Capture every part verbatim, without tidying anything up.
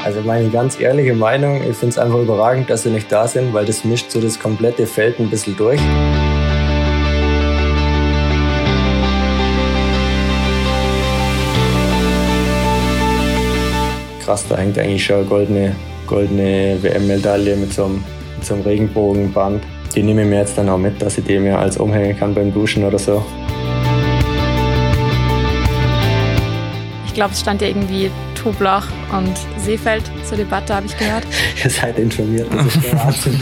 Also meine ganz ehrliche Meinung, ich finde es einfach überragend, dass sie nicht da sind, weil das mischt so das komplette Feld ein bisschen durch. Krass, da hängt eigentlich schon eine goldene, goldene W M-Medaille mit so einem, mit so einem Regenbogenband. Die nehme ich mir jetzt dann auch mit, dass ich die mir als umhängen kann beim Duschen oder so. Ich glaube, es stand ja irgendwie Toblach und Seefeld zur Debatte, habe ich gehört. Ihr seid informiert, das ist der Wahnsinn.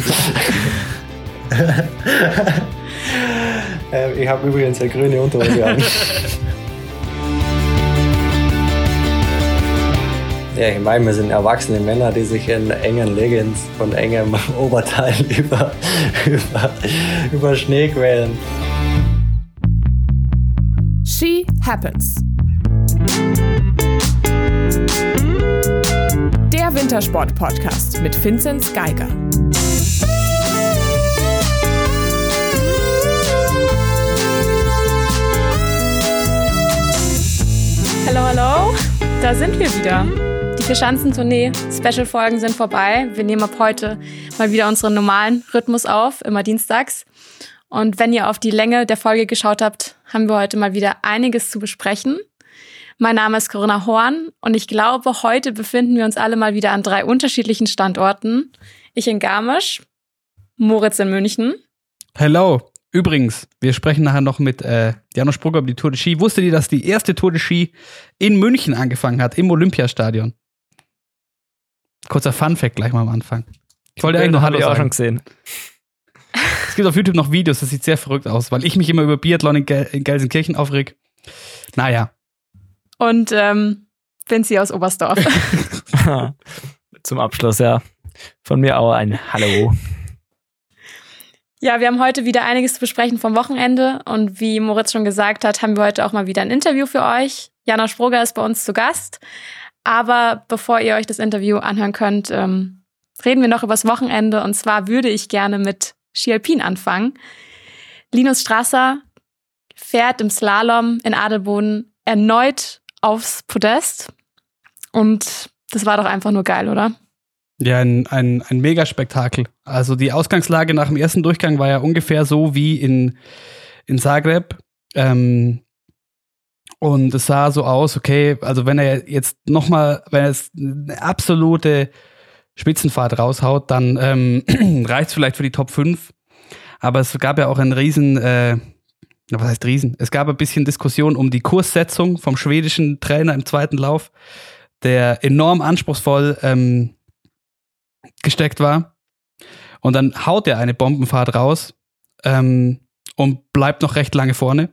äh, ich habe übrigens eine grüne Unterhose an. Ja, ich meine, wir sind erwachsene Männer, die sich in engen Leggings und engem Oberteil über, über, über Schnee quälen. She Happens. Der Wintersport-Podcast mit Vinzenz Geiger. Hallo, hallo, da sind wir wieder. Die Vierschanzentournee Special-Folgen sind vorbei. Wir nehmen ab heute mal wieder unseren normalen Rhythmus auf, immer dienstags. Und wenn ihr auf die Länge der Folge geschaut habt, haben wir heute mal wieder einiges zu besprechen. Mein Name ist Corinna Horn und ich glaube, heute befinden wir uns alle mal wieder an drei unterschiedlichen Standorten. Ich in Garmisch, Moritz in München. Hello. Übrigens, wir sprechen nachher noch mit äh, Janusz Brugger über die Tour de Ski. Wusstet ihr, dass die erste Tour de Ski in München angefangen hat, im Olympiastadion? Kurzer Funfact gleich mal am Anfang. Ich wollte eigentlich noch Hallo sagen. Habe ich auch schon gesehen. Es gibt auf YouTube noch Videos, das sieht sehr verrückt aus, weil ich mich immer über Biathlon in, Gel- in Gelsenkirchen aufreg. Naja. Und ähm, Vinzi aus Oberstdorf. Zum Abschluss, ja. Von mir auch ein Hallo. Ja, wir haben heute wieder einiges zu besprechen vom Wochenende und wie Moritz schon gesagt hat, haben wir heute auch mal wieder ein Interview für euch. Janusz Brugger ist bei uns zu Gast. Aber bevor ihr euch das Interview anhören könnt, ähm, reden wir noch übers Wochenende. Und zwar würde ich gerne mit Ski Alpin anfangen. Linus Strasser fährt im Slalom in Adelboden erneut aufs Podest. Und das war doch einfach nur geil, oder? Ja, ein, ein, ein Megaspektakel. Also die Ausgangslage nach dem ersten Durchgang war ja ungefähr so wie in, in Zagreb. Ähm, und es sah so aus, okay, also wenn er jetzt nochmal, wenn er jetzt eine absolute Spitzenfahrt raushaut, dann ähm, reicht es vielleicht für die Top fünf. Aber es gab ja auch einen riesen, äh, was heißt riesen? Es gab ein bisschen Diskussion um die Kurssetzung vom schwedischen Trainer im zweiten Lauf, der enorm anspruchsvoll ähm, gesteckt war. Und dann haut er eine Bombenfahrt raus ähm, und bleibt noch recht lange vorne.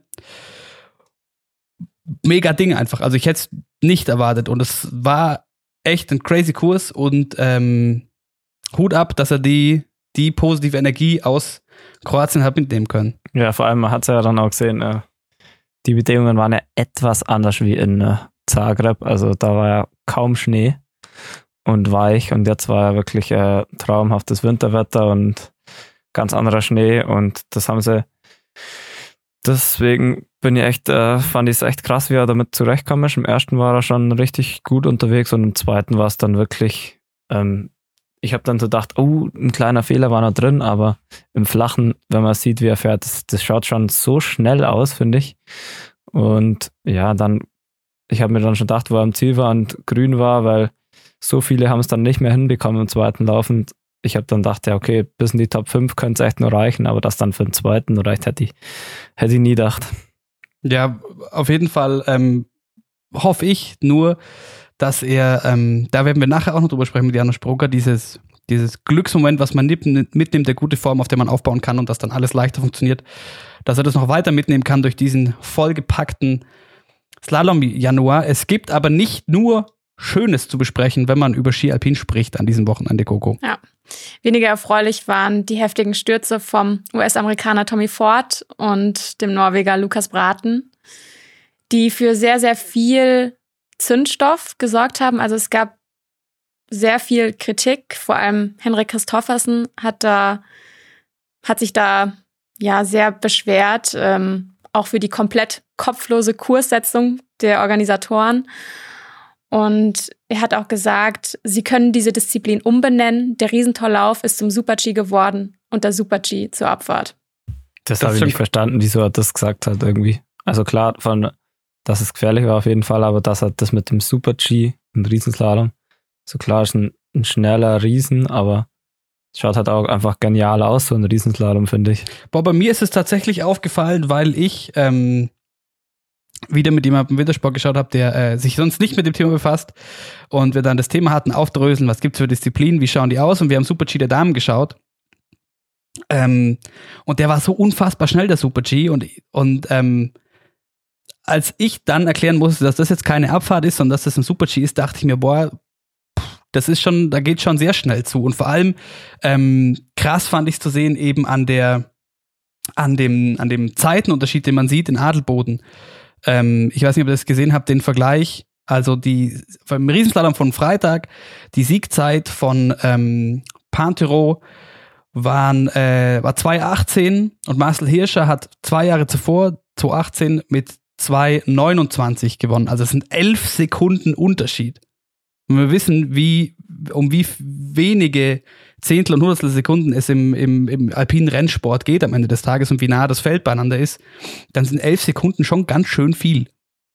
Mega Ding einfach. Also ich hätte es nicht erwartet. Und es war echt ein crazy Kurs. Und ähm, Hut ab, dass er die, die positive Energie aus Kroatien hat mitnehmen können. Ja, vor allem, man hat es ja dann auch gesehen, äh, die Bedingungen waren ja etwas anders wie in äh, Zagreb. Also da war ja kaum Schnee und weich und jetzt war ja wirklich äh, traumhaftes Winterwetter und ganz anderer Schnee und das haben sie, deswegen bin ich echt, äh, fand ich es echt krass, wie er damit zurechtkommt. Im ersten war er schon richtig gut unterwegs und im zweiten war es dann wirklich, ähm, ich habe dann so gedacht, oh, ein kleiner Fehler war noch drin, aber im Flachen, wenn man sieht, wie er fährt, das, das schaut schon so schnell aus, finde ich. Und ja, dann, ich habe mir dann schon gedacht, wo er am Ziel war und grün war, weil so viele haben es dann nicht mehr hinbekommen im zweiten Lauf. Und ich habe dann gedacht, ja, okay, bis in die Top fünf könnte es echt nur reichen, aber das dann für den zweiten reicht, hätte ich, hätte ich nie gedacht. Ja, auf jeden Fall ähm, hoffe ich nur, dass er, ähm, da werden wir nachher auch noch drüber sprechen mit Janusz Brugger, dieses, dieses Glücksmoment, was man mitnimmt, der gute Form, auf der man aufbauen kann und dass dann alles leichter funktioniert, dass er das noch weiter mitnehmen kann durch diesen vollgepackten Slalom-Januar. Es gibt aber nicht nur Schönes zu besprechen, wenn man über Ski Alpin spricht an diesem Wochenende, Coco. Ja, weniger erfreulich waren die heftigen Stürze vom U S-Amerikaner Tommy Ford und dem Norweger Lukas Braten, die für sehr, sehr viel Zündstoff gesorgt haben. Also es gab sehr viel Kritik, vor allem Henrik Christoffersen hat da, hat sich da ja sehr beschwert, ähm, auch für die komplett kopflose Kurssetzung der Organisatoren. Und er hat auch gesagt, sie können diese Disziplin umbenennen. Der Riesentorlauf ist zum Super-G geworden und der Super-G zur Abfahrt. Das, das habe ich nicht verstanden, wieso er das gesagt hat irgendwie. Also klar, von, dass es gefährlich war auf jeden Fall, aber dass er das mit dem Super-G, im Riesenslalom, so klar ist ein, ein schneller Riesen, aber es schaut halt auch einfach genial aus, so ein Riesenslalom, finde ich. Boah, bei mir ist es tatsächlich aufgefallen, weil ich ähm, wieder mit jemandem Wintersport geschaut habe, der äh, sich sonst nicht mit dem Thema befasst und wir dann das Thema hatten, aufdröseln, was gibt's für Disziplinen, wie schauen die aus, und wir haben Super-G der Damen geschaut. Ähm, und der war so unfassbar schnell, der Super-G, und, und ähm, als ich dann erklären musste, dass das jetzt keine Abfahrt ist, sondern dass das ein Super-G ist, dachte ich mir, boah, das ist schon, da geht schon sehr schnell zu. Und vor allem ähm, krass fand ich es zu sehen, eben an der, an dem, an dem Zeitenunterschied, den man sieht in Adelboden. Ähm, ich weiß nicht, ob ihr das gesehen habt, den Vergleich. Also die beim Riesenslalom von Freitag, die Siegzeit von ähm, Panthero waren, äh, war zwei achtzehn und Marcel Hirscher hat zwei Jahre zuvor, zwei achtzehn, mit zwei neunundzwanzig gewonnen. Also es sind elf Sekunden Unterschied. Und wir wissen, wie, um wie wenige Zehntel und Hundertstel Sekunden es im, im, im alpinen Rennsport geht am Ende des Tages und wie nah das Feld beieinander ist, dann sind elf Sekunden schon ganz schön viel.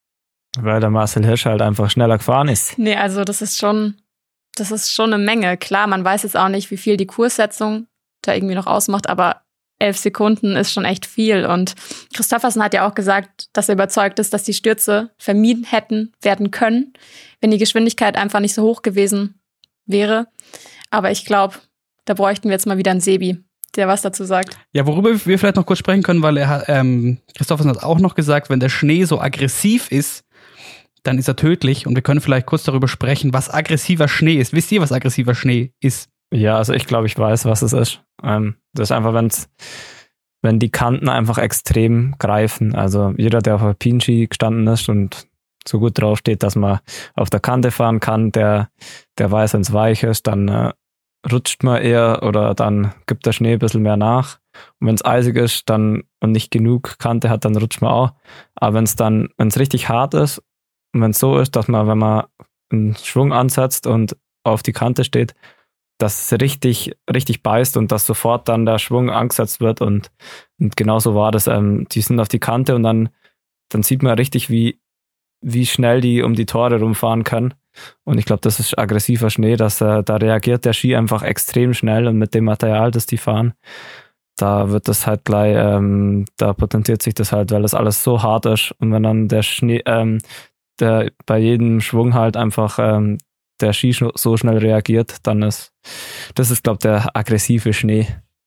Weil der Marcel Hirscher halt einfach schneller gefahren ist. Nee, also das ist schon, das ist schon eine Menge. Klar, man weiß jetzt auch nicht, wie viel die Kurssetzung da irgendwie noch ausmacht, aber elf Sekunden ist schon echt viel. Und Christoffersen hat ja auch gesagt, dass er überzeugt ist, dass die Stürze vermieden hätten werden können, wenn die Geschwindigkeit einfach nicht so hoch gewesen wäre. Aber ich glaube, da bräuchten wir jetzt mal wieder einen Sebi, der was dazu sagt. Ja, worüber wir vielleicht noch kurz sprechen können, weil er ähm, Christoffersen hat auch noch gesagt, wenn der Schnee so aggressiv ist, dann ist er tödlich. Und wir können vielleicht kurz darüber sprechen, was aggressiver Schnee ist. Wisst ihr, was aggressiver Schnee ist? Ja, also ich glaube, ich weiß, was es ist. Ähm, das ist einfach, wenn's, wenn die Kanten einfach extrem greifen. Also jeder, der auf Alpinski gestanden ist und so gut draufsteht, dass man auf der Kante fahren kann, der, der weiß, wenn es weich ist, dann äh, rutscht man eher oder dann gibt der Schnee ein bisschen mehr nach. Und wenn es eisig ist dann und nicht genug Kante hat, dann rutscht man auch. Aber wenn es dann, wenn es richtig hart ist und wenn es so ist, dass man, wenn man einen Schwung ansetzt und auf die Kante steht, dass es richtig, richtig beißt und dass sofort dann der Schwung angesetzt wird und, und genau so war das. Ähm, die sind auf die Kante und dann, dann sieht man richtig, wie, wie schnell die um die Tore rumfahren können. Und ich glaube, das ist aggressiver Schnee, dass äh, da reagiert der Ski einfach extrem schnell und mit dem Material, das die fahren, da wird das halt gleich, ähm, da potenziert sich das halt, weil das alles so hart ist und wenn dann der Schnee, ähm, der bei jedem Schwung halt einfach ähm, der Ski so schnell reagiert, dann ist, das ist, glaube ich, der aggressive Schnee.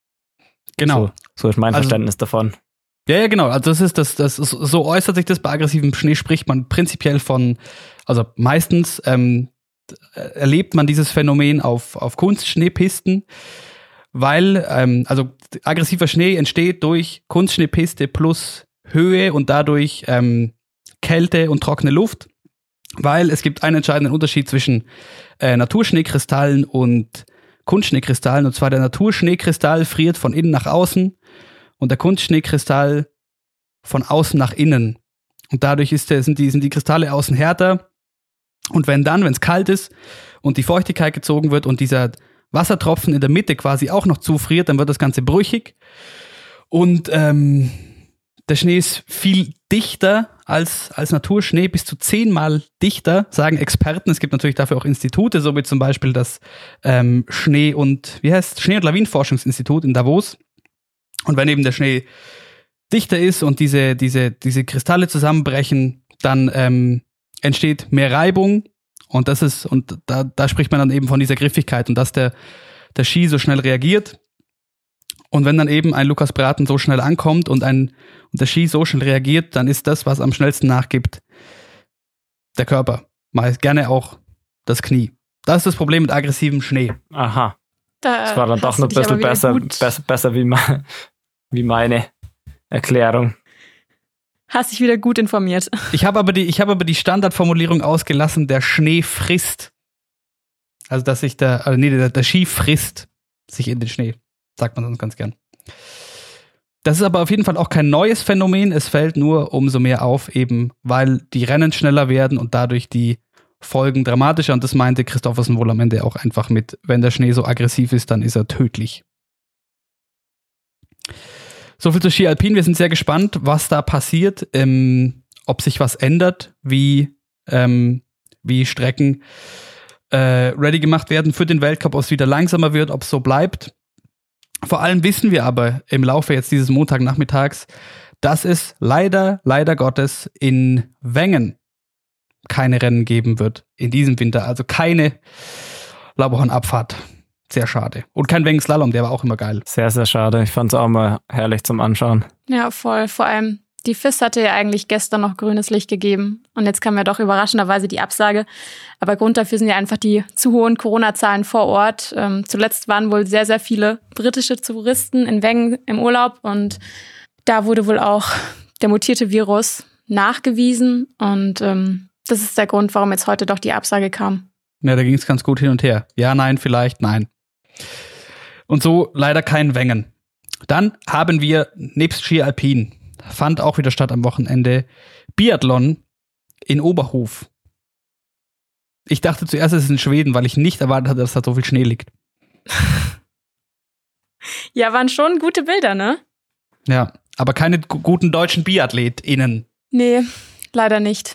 Genau. So, so ist mein also, Verständnis davon. Ja, ja, genau. Also das ist das, das ist, so äußert sich das. Bei aggressivem Schnee spricht man prinzipiell von, also meistens ähm, erlebt man dieses Phänomen auf, auf Kunstschneepisten, weil, ähm, also aggressiver Schnee entsteht durch Kunstschneepiste plus Höhe und dadurch ähm, Kälte und trockene Luft. Weil es gibt einen entscheidenden Unterschied zwischen äh, Naturschneekristallen und Kunstschneekristallen. Und zwar der Naturschneekristall friert von innen nach außen und der Kunstschneekristall von außen nach innen. Und dadurch ist der, sind, die, sind die Kristalle außen härter. Und wenn dann, wenn es kalt ist und die Feuchtigkeit gezogen wird und dieser Wassertropfen in der Mitte quasi auch noch zufriert, dann wird das Ganze brüchig. Und ähm, der Schnee ist viel dichter als, als Naturschnee, bis zu zehnmal dichter, sagen Experten. Es gibt natürlich dafür auch Institute, so wie zum Beispiel das ähm, Schnee- und, wie heißt Schnee- und Lawinenforschungsinstitut in Davos. Und wenn eben der Schnee dichter ist und diese, diese, diese Kristalle zusammenbrechen, dann ähm, entsteht mehr Reibung. Und das ist, und da, da spricht man dann eben von dieser Griffigkeit und dass der, der Ski so schnell reagiert. Und wenn dann eben ein Lukas Braten so schnell ankommt und, ein, und der Ski so schnell reagiert, dann ist das, was am schnellsten nachgibt, der Körper. Mal gerne auch das Knie. Das ist das Problem mit aggressivem Schnee. Aha. Da das war dann doch noch ein bisschen besser, besser, besser wie, ma, wie meine Erklärung. Hast dich wieder gut informiert. Ich habe aber die, ich habe aber die Standardformulierung ausgelassen, der Schnee frisst. Also, dass sich der, also nee, der, der Ski frisst sich in den Schnee. Sagt man sonst ganz gern. Das ist aber auf jeden Fall auch kein neues Phänomen. Es fällt nur umso mehr auf, eben weil die Rennen schneller werden und dadurch die Folgen dramatischer und das meinte Christoffersen wohl am Ende auch einfach mit, wenn der Schnee so aggressiv ist, dann ist er tödlich. So viel zu Ski Alpin. Wir sind sehr gespannt, was da passiert, ähm, ob sich was ändert, wie, ähm, wie Strecken äh, ready gemacht werden für den Weltcup, ob es wieder langsamer wird, ob es so bleibt. Vor allem wissen wir aber im Laufe jetzt dieses Montagnachmittags, dass es leider, leider Gottes in Wengen keine Rennen geben wird in diesem Winter. Also keine Lauberhorn-Abfahrt. Sehr schade. Und kein Wengen-Slalom, der war auch immer geil. Sehr, sehr schade. Ich fand es auch mal herrlich zum Anschauen. Ja, voll. Vor allem die F I S hatte ja eigentlich gestern noch grünes Licht gegeben. Und jetzt kam ja doch überraschenderweise die Absage. Aber Grund dafür sind ja einfach die zu hohen Corona-Zahlen vor Ort. Ähm, zuletzt waren wohl sehr, sehr viele britische Touristen in Wengen im Urlaub. Und da wurde wohl auch der mutierte Virus nachgewiesen. Und ähm, das ist der Grund, warum jetzt heute doch die Absage kam. Ja, da ging es ganz gut hin und her. Ja, nein, vielleicht, nein. Und so leider kein Wengen. Dann haben wir nebst Ski Alpin, fand auch wieder statt am Wochenende, Biathlon in Oberhof. Ich dachte zuerst, es ist in Schweden, weil ich nicht erwartet hatte, dass da so viel Schnee liegt. Ja, waren schon gute Bilder, ne? Ja, aber keine g- guten deutschen BiathletInnen. Nee, leider nicht.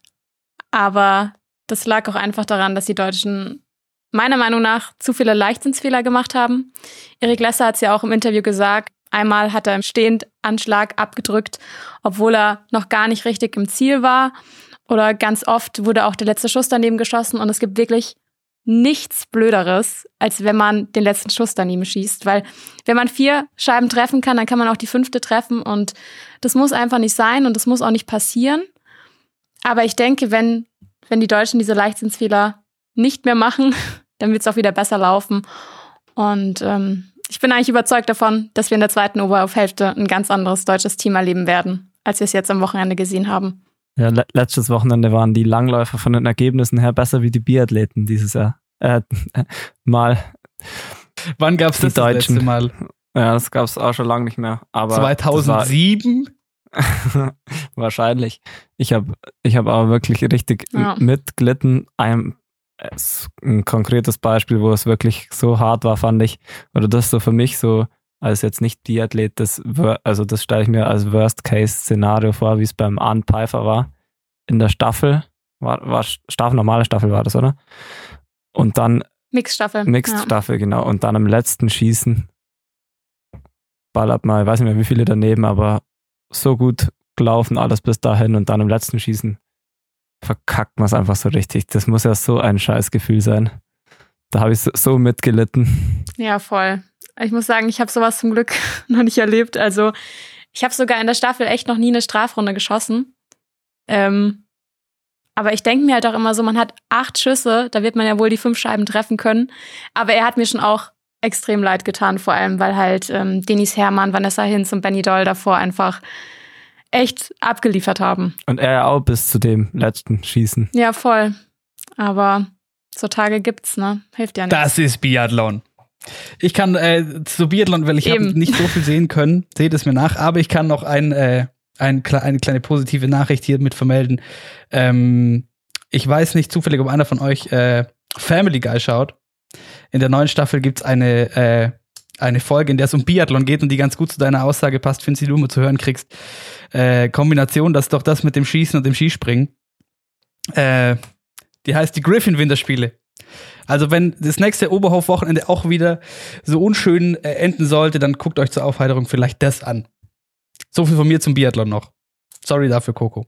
Aber das lag auch einfach daran, dass die Deutschen meiner Meinung nach zu viele Leichtsinnsfehler gemacht haben. Erik Lesser hat es ja auch im Interview gesagt, einmal hat er im Stehendanschlag abgedrückt, obwohl er noch gar nicht richtig im Ziel war. Oder ganz oft wurde auch der letzte Schuss daneben geschossen und es gibt wirklich nichts Blöderes, als wenn man den letzten Schuss daneben schießt. Weil wenn man vier Scheiben treffen kann, dann kann man auch die fünfte treffen und das muss einfach nicht sein und das muss auch nicht passieren. Aber ich denke, wenn, wenn die Deutschen diese Leichtsinnsfehler nicht mehr machen, dann wird es auch wieder besser laufen. Und ähm, ich bin eigentlich überzeugt davon, dass wir in der zweiten Oberlaufhälfte ein ganz anderes deutsches Team erleben werden, als wir es jetzt am Wochenende gesehen haben. Ja, le- letztes Wochenende waren die Langläufer von den Ergebnissen her besser wie die Biathleten dieses Jahr. Äh, mal. Wann gab es das, das letzte Mal? Ja, das gab es auch schon lange nicht mehr. Aber zweitausendsieben? Wahrscheinlich. Ich habe ich hab aber wirklich richtig Ja. mitgelitten. Ein, ein konkretes Beispiel, wo es wirklich so hart war, fand ich, oder das so für mich so, als jetzt nicht Biathlet, das, also das stelle ich mir als Worst-Case-Szenario vor, wie es beim Arndt Pfeiffer war. In der Staffel, war, war Staffel, normale Staffel war das, oder? Und dann Mixstaffel. Mixed-Staffel, ja. Genau. Und dann im letzten Schießen ballert mal, ich weiß nicht mehr, wie viele daneben, aber so gut gelaufen, alles bis dahin und dann im letzten Schießen verkackt man es einfach so richtig. Das muss ja so ein Scheißgefühl sein. Da habe ich so, so mitgelitten. Ja, voll. Ich muss sagen, ich habe sowas zum Glück noch nicht erlebt. Also ich habe sogar in der Staffel echt noch nie eine Strafrunde geschossen. Ähm, aber ich denke mir halt auch immer so, man hat acht Schüsse, da wird man ja wohl die fünf Scheiben treffen können. Aber er hat mir schon auch extrem leid getan, vor allem, weil halt ähm, Denis Herrmann, Vanessa Hinz und Benny Doll davor einfach echt abgeliefert haben. Und er ja auch bis zu dem letzten Schießen. Ja, voll. Aber so Tage gibt's, ne? Hilft ja nicht. Das ist Biathlon. Ich kann äh, zu Biathlon, weil ich habe nicht so viel sehen können, seht es mir nach, aber ich kann noch ein, äh, ein, eine kleine positive Nachricht hier mit vermelden. Ähm, ich weiß nicht zufällig, ob einer von euch äh, Family Guy schaut. In der neuen Staffel gibt's eine, äh, eine Folge, in der es um Biathlon geht und die ganz gut zu deiner Aussage passt, Finzi, die du immer zu hören kriegst. Äh, Kombination, das ist doch das mit dem Schießen und dem Skispringen. Äh, die heißt die Griffin-Winterspiele. Also wenn das nächste Oberhof-Wochenende auch wieder so unschön äh, enden sollte, dann guckt euch zur Aufheiterung vielleicht das an. So viel von mir zum Biathlon noch. Sorry dafür, Coco.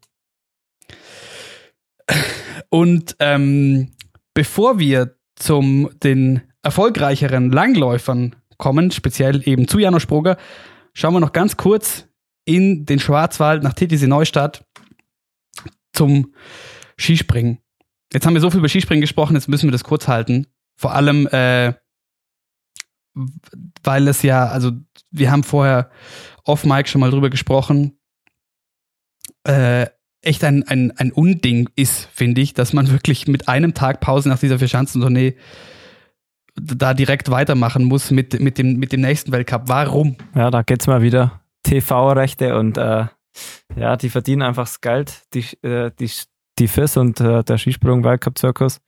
Und ähm, bevor wir zum den erfolgreicheren Langläufern kommen, speziell eben zu János Sproger, schauen wir noch ganz kurz in den Schwarzwald nach T T C Neustadt zum Skispringen. Jetzt haben wir so viel über Skispringen gesprochen, jetzt müssen wir das kurz halten. Vor allem, äh, weil es ja, also wir haben vorher off-Mic schon mal drüber gesprochen, äh, echt ein, ein, ein Unding ist, finde ich, dass man wirklich mit einem Tag Pause nach dieser Vierschanzentournee da direkt weitermachen muss mit, mit, dem, mit dem nächsten Weltcup. Warum? Ja, da geht's mal wieder T V-Rechte und äh, ja, die verdienen einfach das Geld. Die, äh, die die F I S und äh, der Skisprung-Weltcup-Zirkus,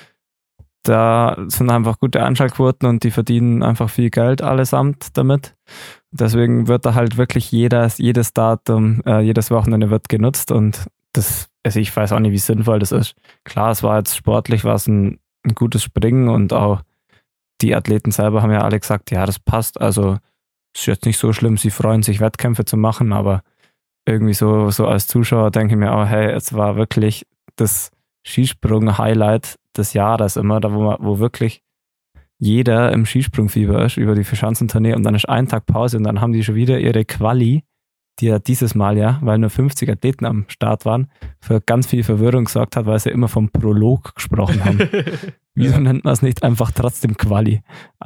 da sind einfach gute Einschaltquoten und die verdienen einfach viel Geld allesamt damit. Deswegen wird da halt wirklich jedes, jedes Datum, äh, jedes Wochenende wird genutzt und das, also ich weiß auch nicht, wie sinnvoll das ist. Klar, es war jetzt sportlich, war es ein, ein gutes Springen und auch die Athleten selber haben ja alle gesagt, ja, das passt, also ist jetzt nicht so schlimm, sie freuen sich, Wettkämpfe zu machen, aber irgendwie so, so als Zuschauer denke ich mir auch, hey, es war wirklich das Skisprung-Highlight des Jahres immer, da wo, man, wo wirklich jeder im Skisprungfieber ist über die Verschanzentournee und dann ist ein Tag Pause und dann haben die schon wieder ihre Quali, die ja dieses Mal ja, weil nur fünfzig Athleten am Start waren, für ganz viel Verwirrung gesorgt hat, weil sie immer vom Prolog gesprochen haben. Wieso ja. nennt man es nicht einfach trotzdem Quali?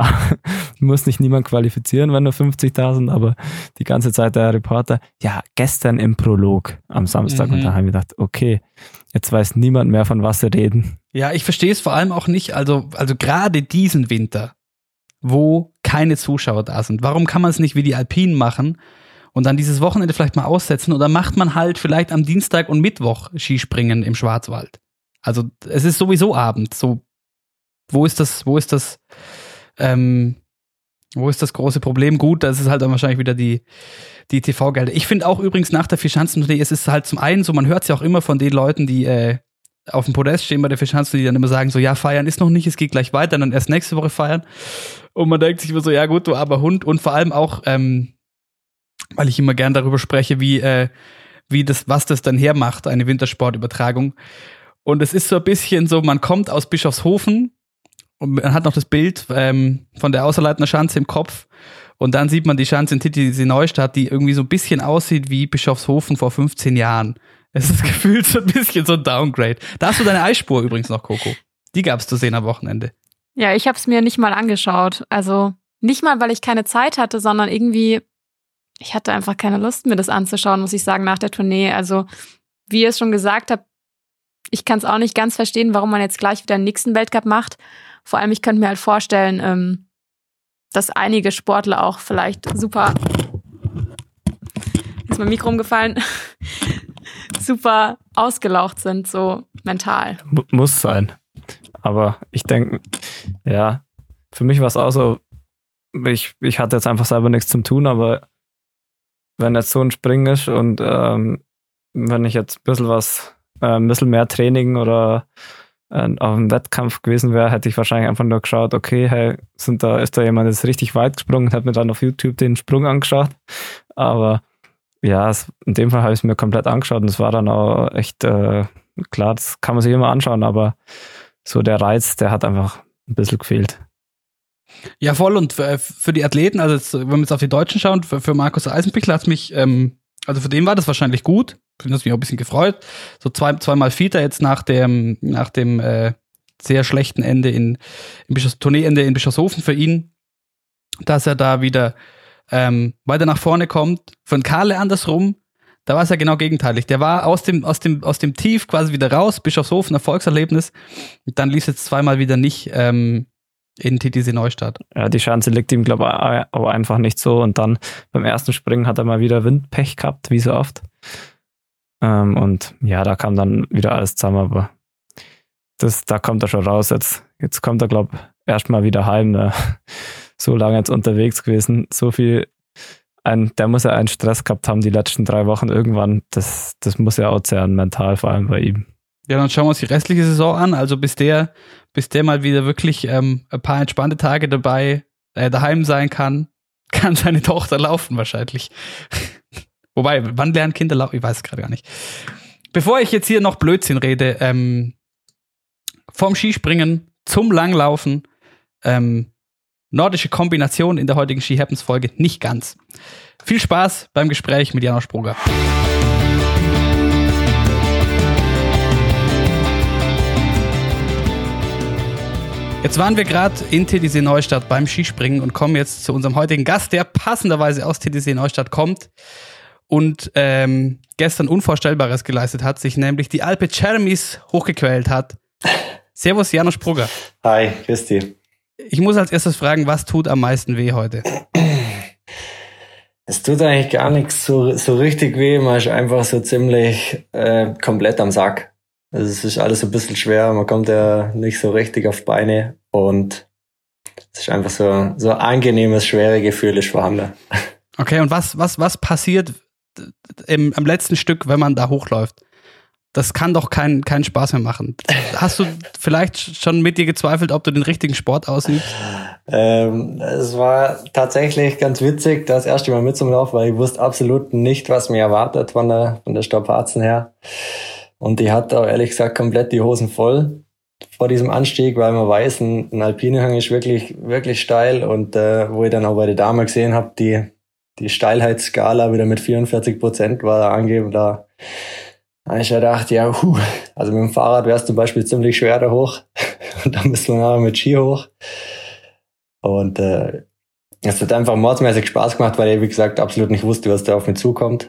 Muss nicht niemand qualifizieren, wenn nur fünfzigtausend, aber die ganze Zeit der Reporter, ja, gestern im Prolog am Samstag mhm. und da haben wir gedacht, okay, jetzt weiß niemand mehr, von was sie reden. Ja, ich verstehe es vor allem auch nicht, also, also gerade diesen Winter, wo keine Zuschauer da sind, warum kann man es nicht wie die Alpinen machen und dann dieses Wochenende vielleicht mal aussetzen oder macht man halt vielleicht am Dienstag und Mittwoch Skispringen im Schwarzwald? Also es ist sowieso Abend, so wo ist das, wo ist das, ähm, wo ist das große Problem? Gut, das ist halt dann wahrscheinlich wieder die, die T V-Gelder. Ich finde auch übrigens nach der Vierschanzentournee, es ist halt zum einen so, man hört es ja auch immer von den Leuten, die äh, auf dem Podest stehen bei der Vierschanzentournee, die dann immer sagen so, ja, feiern ist noch nicht, es geht gleich weiter, dann erst nächste Woche feiern. Und man denkt sich immer so, ja gut, du armer Hund. Und vor allem auch, ähm, weil ich immer gern darüber spreche, wie, äh, wie das, was das dann hermacht, eine Wintersportübertragung. Und es ist so ein bisschen so, man kommt aus Bischofshofen und man hat noch das Bild ähm, von der Außerleitner Schanze im Kopf und dann sieht man die Schanze in Titisee Neustadt, die irgendwie so ein bisschen aussieht wie Bischofshofen vor fünfzehn Jahren. Es ist gefühlt so ein bisschen so ein Downgrade. Da hast du deine Eisspur übrigens noch, Coco. Die gab's zu sehen am Wochenende. Ja, ich habe es mir nicht mal angeschaut. Also nicht mal, weil ich keine Zeit hatte, sondern irgendwie, ich hatte einfach keine Lust, mir das anzuschauen, muss ich sagen, nach der Tournee. Also wie ihr es schon gesagt habt, ich kann es auch nicht ganz verstehen, warum man jetzt gleich wieder einen nächsten Weltcup macht. Vor allem, ich könnte mir halt vorstellen, ähm, dass einige Sportler auch vielleicht super, ist mein Mikro umgefallen, super ausgelaucht sind, so mental. M- muss sein. Aber ich denke, ja, für mich war es auch so, ich, ich hatte jetzt einfach selber nichts zum tun, aber wenn jetzt so ein Springen ist und ähm, wenn ich jetzt ein bisschen was, äh, ein bisschen mehr Training oder äh, auf einem Wettkampf gewesen wäre, hätte ich wahrscheinlich einfach nur geschaut, okay, hey, sind da, ist da jemand jetzt richtig weit gesprungen und hat mir dann auf YouTube den Sprung angeschaut. Aber ja, es, in dem Fall habe ich es mir komplett angeschaut und es war dann auch echt, äh, klar, das kann man sich immer anschauen, aber so der Reiz, der hat einfach ein bisschen gefehlt. Ja, voll. Und für, für die Athleten, also jetzt, wenn wir jetzt auf die Deutschen schauen, für, für Markus Eisenbichler hat es mich, ähm, also für den war das wahrscheinlich gut. Für den hat es mich auch ein bisschen gefreut. So zwei, zweimal Vierter jetzt nach dem, nach dem äh, sehr schlechten Ende in, in Bischofs, Tourneeende in Bischofshofen für ihn, dass er da wieder ähm, weiter nach vorne kommt. Von Kahle andersrum, da war es ja genau gegenteilig. Der war aus dem, aus dem, aus dem Tief quasi wieder raus, Bischofshofen, Erfolgserlebnis. Und dann lief es jetzt zweimal wieder nicht ähm, in Titisee Neustadt. Ja, die Schanze liegt ihm, glaube ich, auch einfach nicht so. Und dann beim ersten Springen hat er mal wieder Windpech gehabt, wie so oft. Ähm, und ja, da kam dann wieder alles zusammen, aber das, da kommt er schon raus. Jetzt, jetzt kommt er, glaube ich, erstmal wieder heim. Ne? So lange jetzt unterwegs gewesen, so viel. Ein, der muss ja einen Stress gehabt haben die letzten drei Wochen irgendwann. Das, das muss ja auch zehren, mental vor allem bei ihm. Ja, dann schauen wir uns die restliche Saison an. Also bis der, bis der mal wieder wirklich ähm, ein paar entspannte Tage dabei äh, daheim sein kann, kann seine Tochter laufen wahrscheinlich. Wobei, wann lernen Kinder laufen? Ich weiß es gerade gar nicht. Bevor ich jetzt hier noch Blödsinn rede, ähm, vom Skispringen zum Langlaufen, ähm, nordische Kombination in der heutigen Ski Happens Folge nicht ganz. Viel Spaß beim Gespräch mit Janosch Broger. Jetzt waren wir gerade in Titisee Neustadt beim Skispringen und kommen jetzt zu unserem heutigen Gast, der passenderweise aus Titisee Neustadt kommt und ähm, gestern Unvorstellbares geleistet hat, sich nämlich die Alpe Cermis hochgequält hat. Servus, Janosch Broger. Hi, grüß dich. Ich muss als erstes fragen, was tut am meisten weh heute? Es tut eigentlich gar nichts so, so richtig weh, man ist einfach so ziemlich äh, komplett am Sack. Also es ist alles ein bisschen schwer, man kommt ja nicht so richtig auf Beine und es ist einfach so, so ein angenehmes, schwere Gefühl ist vorhanden. Okay, und was, was, was passiert im, am letzten Stück, wenn man da hochläuft? Das kann doch keinen keinen Spaß mehr machen. Hast du vielleicht schon mit dir gezweifelt, ob du den richtigen Sport ausübst? Ähm, es war tatsächlich ganz witzig, das erste Mal mitzulaufen, weil ich wusste absolut nicht, was mir erwartet von der, von der Strapazen her. Und ich hatte auch ehrlich gesagt komplett die Hosen voll vor diesem Anstieg, weil man weiß, ein, ein Alpinehang ist wirklich, wirklich steil. Und äh, wo ich dann auch bei der Dame gesehen habe, die, die Steilheitsskala wieder mit vierundvierzig Prozent war da angegeben, da habe ich ja gedacht, ja, huh, also mit dem Fahrrad wäre es zum Beispiel ziemlich schwer da hoch. Und dann müssen wir nachher mit Ski hoch. Und äh, es hat einfach mordsmäßig Spaß gemacht, weil ich, wie gesagt, absolut nicht wusste, was da auf mich zukommt.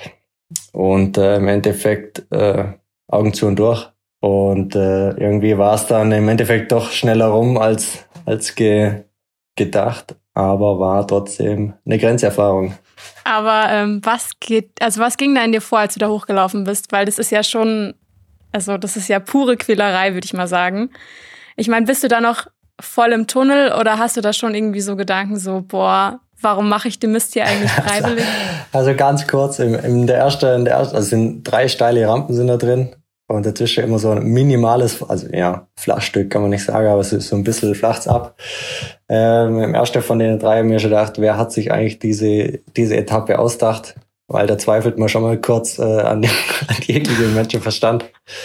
Und äh, im Endeffekt äh, Augen zu und durch. Und äh, irgendwie war es dann im Endeffekt doch schneller rum als, als ge- gedacht. Aber war trotzdem eine Grenzerfahrung. Aber ähm, was geht, also was ging da in dir vor, als du da hochgelaufen bist? Weil das ist ja schon, also das ist ja pure Quälerei, würde ich mal sagen. Ich meine, bist du da noch voll im Tunnel oder hast du da schon irgendwie so Gedanken, so, boah, warum mache ich den Mist hier eigentlich freiwillig? Also, also ganz kurz, in, in der ersten, in der ersten, also sind drei steile Rampen sind da drin und dazwischen immer so ein minimales, also ja, Flachstück kann man nicht sagen, aber es ist so ein bisschen flacht's ab. Ähm, im ersten von den drei habe ich mir schon gedacht, wer hat sich eigentlich diese, diese Etappe ausgedacht? Weil da zweifelt man schon mal kurz äh, an, die, an jeglichen Menschenverstand.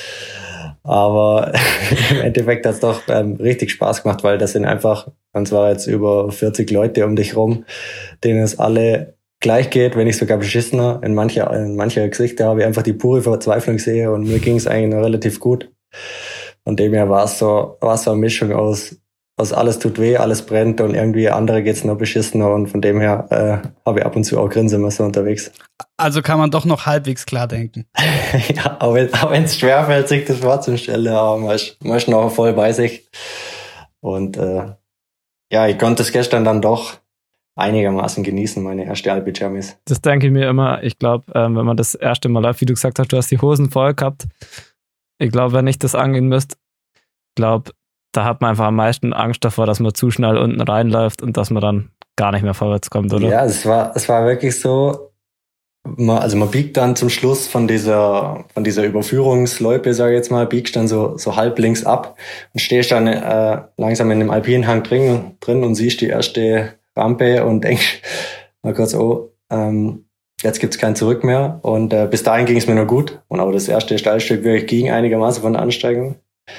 Aber im Endeffekt hat's doch ähm, richtig Spaß gemacht, weil das sind einfach, und zwar jetzt über vierzig Leute um dich rum, denen es alle gleich geht, wenn nicht sogar beschissener. In mancher, in mancher Gesichter habe ich einfach die pure Verzweiflung sehe und mir ging es eigentlich noch relativ gut. Von dem her war es so, war es so eine Mischung aus, aus alles tut weh, alles brennt und irgendwie andere geht's noch beschissener und von dem her äh, habe ich ab und zu auch Grinsemesser unterwegs. Also kann man doch noch halbwegs klar denken. Ja, auch wenn es schwerfällt, sich das vorzustellen, aber man ist, man ist noch voll bei sich. Und äh, ja, ich konnte es gestern dann doch einigermaßen genießen, meine erste Alpe-Jammies. Das denke ich mir immer. Ich glaube, ähm, wenn man das erste Mal läuft, wie du gesagt hast, du hast die Hosen voll gehabt. Ich glaube, wenn ich das angehen müsste, ich glaube, da hat man einfach am meisten Angst davor, dass man zu schnell unten reinläuft und dass man dann gar nicht mehr vorwärts kommt, oder? Ja, es war, es war wirklich so, man, also man biegt dann zum Schluss von dieser, von dieser Überführungsloipe, sage ich jetzt mal, biegst dann so, so halb links ab und stehst dann äh, langsam in dem Alpinhang drin, drin und siehst die erste Rampe und denkst mal kurz, oh, ähm, jetzt gibt's kein Zurück mehr. Und äh, bis dahin ging es mir noch gut. Und aber das erste Steilstück wirklich ging einigermaßen von der Ansteigung.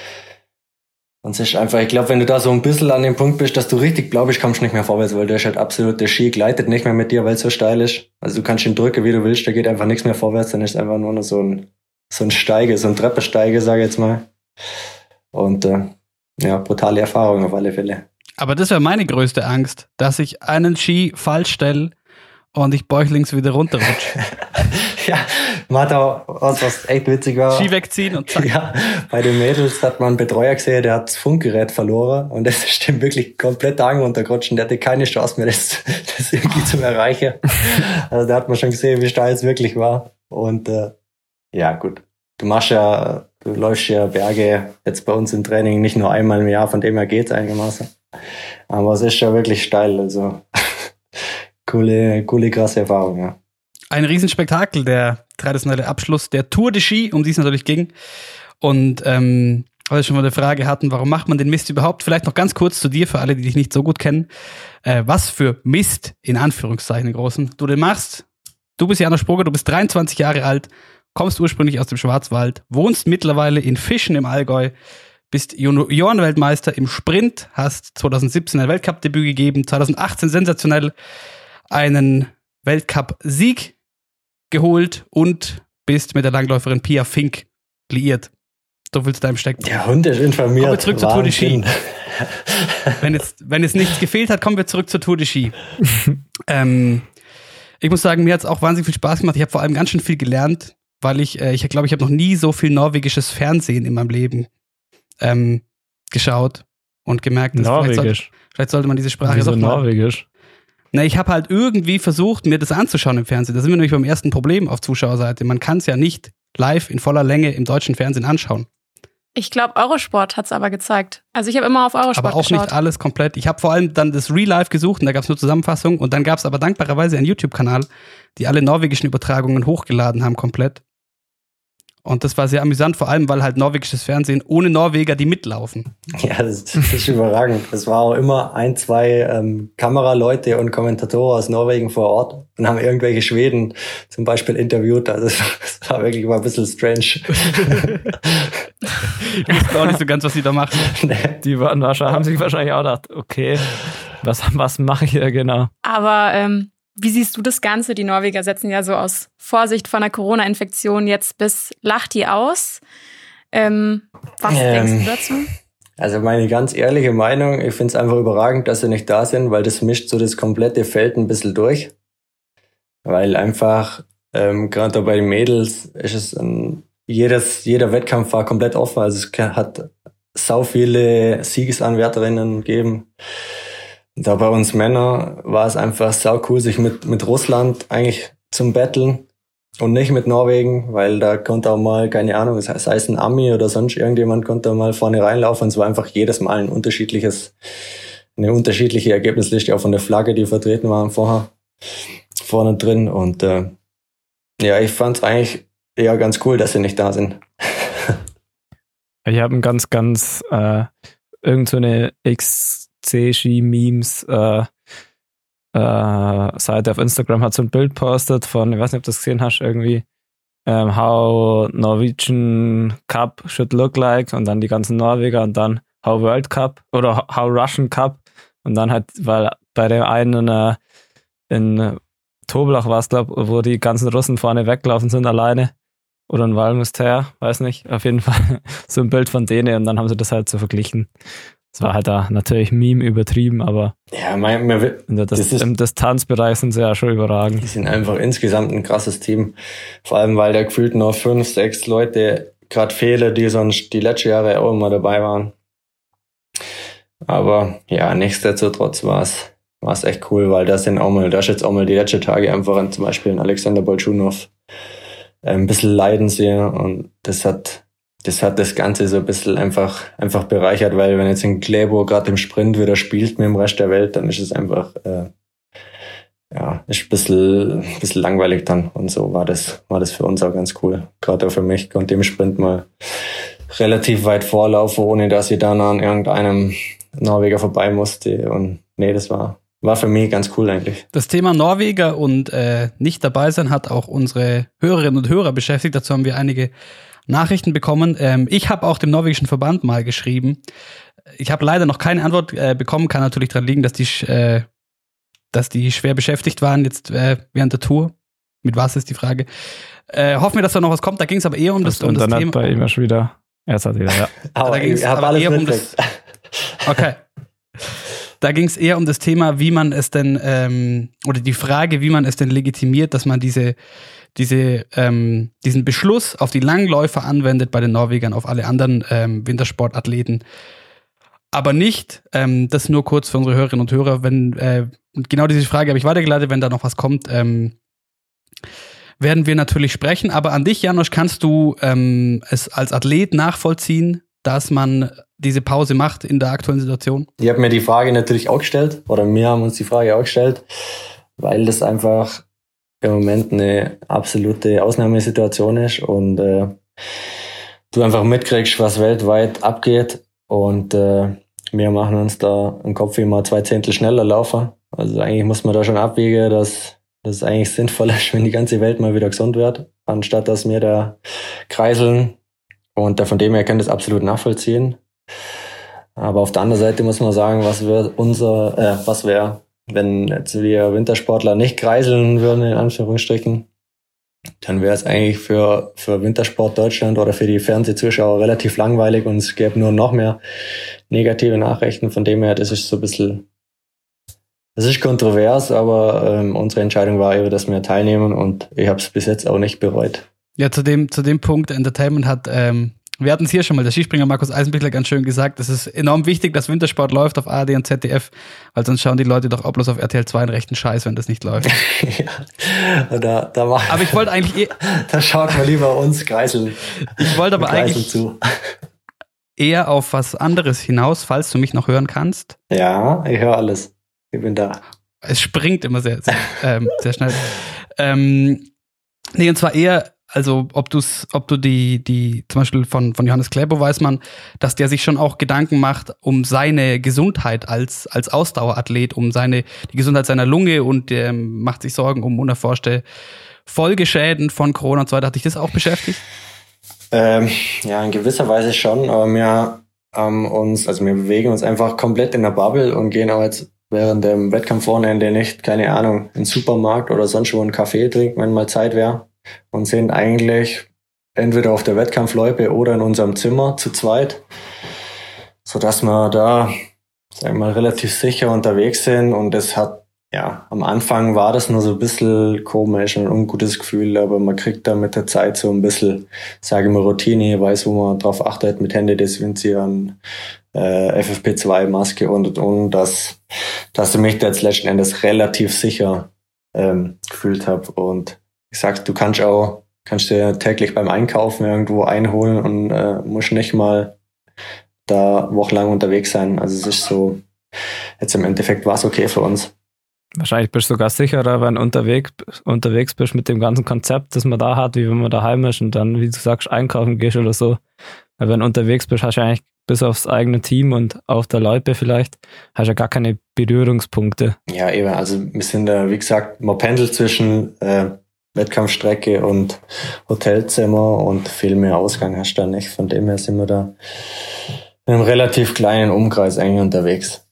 Und es ist einfach, ich glaube, wenn du da so ein bisschen an dem Punkt bist, dass du richtig blau bist, kommst du nicht mehr vorwärts, weil der ist halt absolut, der Ski gleitet nicht mehr mit dir, weil es so steil ist. Also du kannst ihn drücken, wie du willst, da geht einfach nichts mehr vorwärts, dann ist es einfach nur noch so ein, so ein Steige, so ein Treppensteige, sage ich jetzt mal. Und äh, ja, brutale Erfahrung auf alle Fälle. Aber das wäre meine größte Angst, dass ich einen Ski falsch stelle und ich bäuchlings wieder runterrutsche. Ja, man hat auch was, was echt witzig war. Ski wegziehen und zack. Ja, bei den Mädels hat man einen Betreuer gesehen, der hat das Funkgerät verloren und das ist dem wirklich komplett Hang runtergerutscht und der hatte keine Chance mehr, das, das irgendwie zu erreichen. Also da hat man schon gesehen, wie steil es wirklich war. Und äh, ja, gut. Du machst ja, du läufst ja Berge jetzt bei uns im Training nicht nur einmal im Jahr, von dem her geht's einigermaßen. Aber es ist schon wirklich steil, also coole, coole, krasse Erfahrung, ja. Ein Riesenspektakel, der traditionelle Abschluss der Tour de Ski, um die es natürlich ging. Und ähm, weil wir schon mal eine Frage hatten, warum macht man den Mist überhaupt? Vielleicht noch ganz kurz zu dir, für alle, die dich nicht so gut kennen. Äh, was für Mist, in Anführungszeichen, in großen, du den machst. Du bist Jana Sproger, du bist dreiundzwanzig Jahre alt, kommst ursprünglich aus dem Schwarzwald, wohnst mittlerweile in Fischen im Allgäu, bist Juniorenweltmeister im Sprint, hast zweitausendsiebzehn ein Weltcup-Debüt gegeben, zweitausendachtzehn sensationell einen Weltcup-Sieg geholt und bist mit der Langläuferin Pia Fink liiert. So viel zu deinem Steckpunkt. Der Hund ist informiert. Kommen wir zurück zur Tour de Ski. wenn, jetzt, wenn jetzt nichts gefehlt hat, kommen wir zurück zur Tour de Ski. ähm, ich muss sagen, mir hat es auch wahnsinnig viel Spaß gemacht. Ich habe vor allem ganz schön viel gelernt, weil ich, äh, ich glaube, ich habe noch nie so viel norwegisches Fernsehen in meinem Leben ähm, geschaut und gemerkt, dass Norwegisch. Vielleicht, soll, vielleicht sollte man diese Sprache Wieso doch mal... Norwegisch? Na, ich habe halt irgendwie versucht, mir das anzuschauen im Fernsehen. Da sind wir nämlich beim ersten Problem auf Zuschauerseite. Man kann es ja nicht live in voller Länge im deutschen Fernsehen anschauen. Ich glaube, Eurosport hat es aber gezeigt. Also ich habe immer auf Eurosport Aber auch geschaut. nicht alles komplett. Ich habe vor allem dann das Real Life gesucht und da gab es nur Zusammenfassungen und dann gab es aber dankbarerweise einen YouTube-Kanal, die alle norwegischen Übertragungen hochgeladen haben komplett. Und das war sehr amüsant, vor allem, weil halt norwegisches Fernsehen ohne Norweger, die mitlaufen. Ja, das, das ist überragend. Es war auch immer ein, zwei ähm, Kameraleute und Kommentatoren aus Norwegen vor Ort und haben irgendwelche Schweden zum Beispiel interviewt. Also es war wirklich mal ein bisschen strange. Ich wusste auch nicht so ganz, was die da machen. Nee. Die waren wahrscheinlich, haben sich wahrscheinlich auch gedacht, okay, was, was mache ich hier genau? Aber ähm, wie siehst du das Ganze? Die Norweger setzen ja so aus Vorsicht vor einer Corona-Infektion jetzt bis Lahti aus. Ähm, was Ähm. denkst du dazu? Also meine ganz ehrliche Meinung, ich finde es einfach überragend, dass sie nicht da sind, weil das mischt so das komplette Feld ein bisschen durch. Weil einfach, ähm, gerade bei den Mädels ist es ein, jedes, jeder Wettkampf war komplett offen. Also es hat sau viele Siegesanwärterinnen gegeben. Da bei uns Männer war es einfach sau cool, sich mit, mit Russland eigentlich zum Betteln und nicht mit Norwegen, weil da konnte auch mal, keine Ahnung, sei es ein Ami oder sonst irgendjemand, konnte da mal vorne reinlaufen und es war einfach jedes Mal ein unterschiedliches, eine unterschiedliche Ergebnisliste auch von der Flagge, die vertreten waren vorher, vorne drin und äh, ja, ich fand es eigentlich eher ganz cool, dass sie nicht da sind. Ich habe ein ganz, ganz äh, irgend so eine X C-Ski-Memes äh, äh, Seite auf Instagram hat so ein Bild postet von, ich weiß nicht, ob du das gesehen hast, irgendwie ähm, how Norwegian Cup should look like und dann die ganzen Norweger und dann how World Cup oder how Russian Cup und dann halt, weil bei dem einen äh, in Toblach war es, glaube ich, wo die ganzen Russen vorne weglaufen sind alleine oder in Valmuster, weiß nicht, auf jeden Fall so ein Bild von denen und dann haben sie das halt so verglichen. Es war halt da natürlich Meme übertrieben, aber Ja, mein, mein, in der, das das, ist- im Distanzbereich sind sie ja schon überragend. die sind einfach insgesamt ein krasses Team. Vor allem, weil da gefühlt noch fünf, sechs Leute gerade fehlen, die sonst die letzten Jahre auch immer dabei waren. Aber ja, nichtsdestotrotz war es war es echt cool, weil da sind auch mal, da ist jetzt auch mal die letzten Tage einfach an, zum Beispiel in Alexander Bolschunow ein bisschen leiden sehen und das hat das hat das Ganze so ein bisschen einfach einfach bereichert, weil wenn jetzt ein Klæbo gerade im Sprint wieder spielt mit dem Rest der Welt, dann ist es einfach äh, ja, ist ein bisschen, ein bisschen langweilig dann und so war das war das für uns auch ganz cool. Gerade auch für mich konnte im Sprint mal relativ weit vorlaufen, ohne dass ich dann an irgendeinem Norweger vorbei musste und nee, das war war für mich ganz cool eigentlich. Das Thema Norweger und äh, nicht dabei sein hat auch unsere Hörerinnen und Hörer beschäftigt. Dazu haben wir einige Nachrichten bekommen. Ähm, ich habe auch dem norwegischen Verband mal geschrieben. Ich habe leider noch keine Antwort äh, bekommen. Kann natürlich daran liegen, dass die, äh, dass die schwer beschäftigt waren jetzt äh, während der Tour. Mit was ist die Frage? Äh, hoffen wir, dass da noch was kommt. Da ging es aber eher um das, Das um das Internet Thema. bei ihm ist wieder, er ist halt wieder, ja. Aber da ging's ich habe aber alles eher um mitgekriegt. Okay. Da ging es eher um das Thema, wie man es denn, ähm, oder die Frage, wie man es denn legitimiert, dass man diese, diese, ähm, diesen Beschluss auf die Langläufer anwendet bei den Norwegern, auf alle anderen ähm, Wintersportathleten. Aber nicht, ähm, das nur kurz für unsere Hörerinnen und Hörer, wenn, äh, und genau diese Frage habe ich weitergeleitet, wenn da noch was kommt, ähm, werden wir natürlich sprechen. Aber an dich, Janosch, kannst du ähm, es als Athlet nachvollziehen, dass man diese Pause macht in der aktuellen Situation? Ich habe mir die Frage natürlich auch gestellt, oder wir haben uns die Frage auch gestellt, weil das einfach im Moment eine absolute Ausnahmesituation ist und äh, du einfach mitkriegst, was weltweit abgeht und äh, wir machen uns da im Kopf immer zwei Zehntel schneller laufen. Also eigentlich muss man da schon abwägen, dass das eigentlich sinnvoll ist, wenn die ganze Welt mal wieder gesund wird, anstatt dass wir da kreiseln. Und von dem her kann das absolut nachvollziehen. Aber auf der anderen Seite muss man sagen, was wäre unser, äh, was wäre, wenn jetzt wir Wintersportler nicht kreiseln würden, in Anführungsstrichen, dann wäre es eigentlich für, für Wintersport Deutschland oder für die Fernsehzuschauer relativ langweilig und es gäbe nur noch mehr negative Nachrichten. Von dem her, das ist so ein bisschen, das ist kontrovers, aber ähm, unsere Entscheidung war eben, dass wir teilnehmen und ich habe es bis jetzt auch nicht bereut. Ja, zu dem, zu dem Punkt, Entertainment hat ähm, Wir hatten es hier schon mal, der Skispringer Markus Eisenbichler ganz schön gesagt, es ist enorm wichtig, dass Wintersport läuft auf A R D und Z D F, weil sonst schauen die Leute doch auch bloß auf R T L zwei einen rechten Scheiß, wenn das nicht läuft. ja, da, da war, aber ich wollte eigentlich eh, da schaut man lieber uns Geiseln. Ich wollte aber Geiseln eigentlich zu. eher auf was anderes hinaus, falls du mich noch hören kannst. Ja, ich höre alles. Ich bin da. Es springt immer sehr, sehr, ähm, sehr schnell. Ähm, nee, und zwar eher, also ob du's, ob du die, die, zum Beispiel von, von Johannes Kläbo weiß man, dass der sich schon auch Gedanken macht um seine Gesundheit als, als Ausdauerathlet, um seine, die Gesundheit seiner Lunge und ähm, macht sich Sorgen um unerforschte Folgeschäden von Corona und so weiter. Hat dich das auch beschäftigt? Ähm, ja, in gewisser Weise schon, aber wir ähm, uns, also wir bewegen uns einfach komplett in der Bubble und gehen auch jetzt während dem Wettkampfwochenende nicht, keine Ahnung, in den Supermarkt oder sonst wo einen Kaffee trinken, wenn mal Zeit wäre. Und sind eigentlich entweder auf der Wettkampfloipe oder in unserem Zimmer zu zweit, sodass wir da, sagen wir mal, relativ sicher unterwegs sind. Und das hat, ja, am Anfang war das nur so ein bisschen komisch und ein ungutes Gefühl, aber man kriegt da mit der Zeit so ein bisschen, sage ich mal, Routine, weiß, wo man drauf achtet, mit Händedesinfizieren, äh, F F P zwei Maske und und und, dass, dass ich mich da jetzt letzten Endes relativ sicher ähm, gefühlt habe. Und ich sag, du kannst auch, kannst dir täglich beim Einkaufen irgendwo einholen und äh, musst nicht mal da wochenlang unterwegs sein. Also es ist so, jetzt im Endeffekt war es okay für uns. Wahrscheinlich bist du sogar sicherer, wenn du unterwegs, unterwegs bist mit dem ganzen Konzept, das man da hat, wie wenn man daheim ist und dann, wie du sagst, einkaufen gehst oder so. Weil wenn du unterwegs bist, hast du eigentlich bis aufs eigene Team und auf der Loipe vielleicht, hast du ja gar keine Berührungspunkte. Ja, eben, also wir sind da, wie gesagt, man pendelt zwischen äh, Wettkampfstrecke und Hotelzimmer und viel mehr Ausgang hast du da nicht. Von dem her sind wir da in einem relativ kleinen Umkreis eigentlich unterwegs.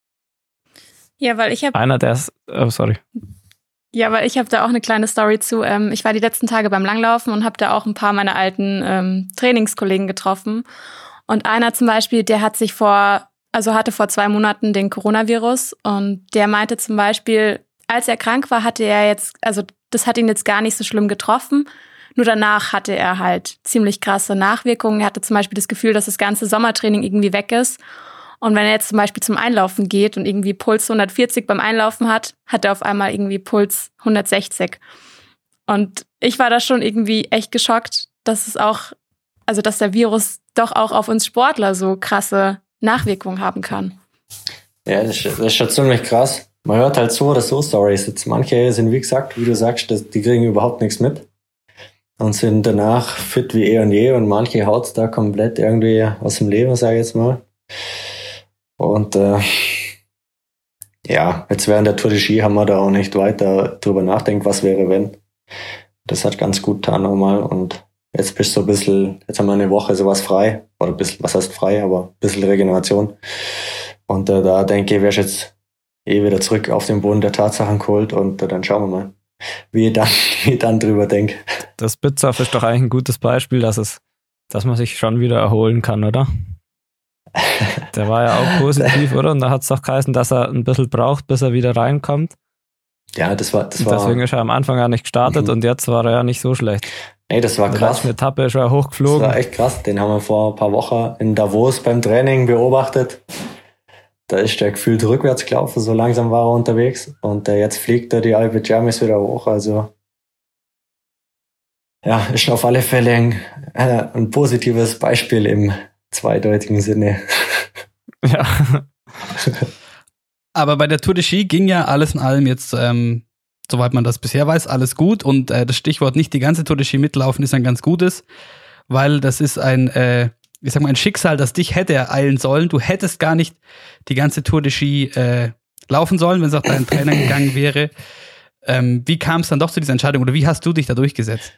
Ja, weil ich habe Einer, der ist, oh sorry. Ja, weil ich habe da auch eine kleine Story zu. Ähm, ich war die letzten Tage beim Langlaufen und habe da auch ein paar meiner alten ähm, Trainingskollegen getroffen. Und einer zum Beispiel, der hat sich vor, also hatte vor zwei Monaten den Coronavirus und der meinte zum Beispiel, als er krank war, hatte er jetzt, also das hat ihn jetzt gar nicht so schlimm getroffen. Nur danach hatte er halt ziemlich krasse Nachwirkungen. Er hatte zum Beispiel das Gefühl, dass das ganze Sommertraining irgendwie weg ist. Und wenn er jetzt zum Beispiel zum Einlaufen geht und irgendwie Puls hundertvierzig beim Einlaufen hat, hat er auf einmal irgendwie Puls hundertsechzig. Und ich war da schon irgendwie echt geschockt, dass es auch, also dass der Virus doch auch auf uns Sportler so krasse Nachwirkungen haben kann. Ja, das ist, das ist schon ziemlich krass. Man hört halt so oder so Stories. Jetzt manche sind, wie gesagt, wie du sagst, die kriegen überhaupt nichts mit und sind danach fit wie eh und je und manche haut's da komplett irgendwie aus dem Leben, sage ich jetzt mal. Und äh, ja, jetzt während der Tour de Ski haben wir da auch nicht weiter drüber nachdenkt, was wäre, wenn. Das hat ganz gut getan nochmal und jetzt bist du so ein bisschen, jetzt haben wir eine Woche sowas frei, oder ein bisschen, was heißt frei, aber ein bisschen Regeneration. Und äh, da denke ich, wärst jetzt eh wieder zurück auf den Boden der Tatsachen geholt und äh, dann schauen wir mal, wie ich dann, wie ich dann drüber denke. Das Bitzoff ist doch eigentlich ein gutes Beispiel, dass es, dass man sich schon wieder erholen kann, oder? Der war ja auch positiv, oder? Und da hat es doch geheißen, dass er ein bisschen braucht, bis er wieder reinkommt. Ja, das war, das war. Deswegen ist er am Anfang ja nicht gestartet mhm. und jetzt war er ja nicht so schlecht. Nee, das war krass. Die Etappe ist er hochgeflogen. Das war echt krass. Den haben wir vor ein paar Wochen in Davos beim Training beobachtet. Da ist der gefühlt rückwärts gelaufen, so langsam war er unterwegs. Und äh, jetzt fliegt er die Alpe Džermes wieder hoch. Also ja, ist auf alle Fälle ein, äh, ein positives Beispiel im zweideutigen Sinne. Ja. Aber bei der Tour de Ski ging ja alles in allem jetzt, ähm, soweit man das bisher weiß, alles gut. Und äh, das Stichwort nicht die ganze Tour de Ski mitlaufen ist ein ganz gutes, weil das ist ein, äh, ich sag mal, ein Schicksal, das dich hätte ereilen sollen. Du hättest gar nicht die ganze Tour de Ski äh, laufen sollen, wenn es auch deinen Trainer gegangen wäre. Ähm, wie kam es dann doch zu dieser Entscheidung oder wie hast du dich da durchgesetzt?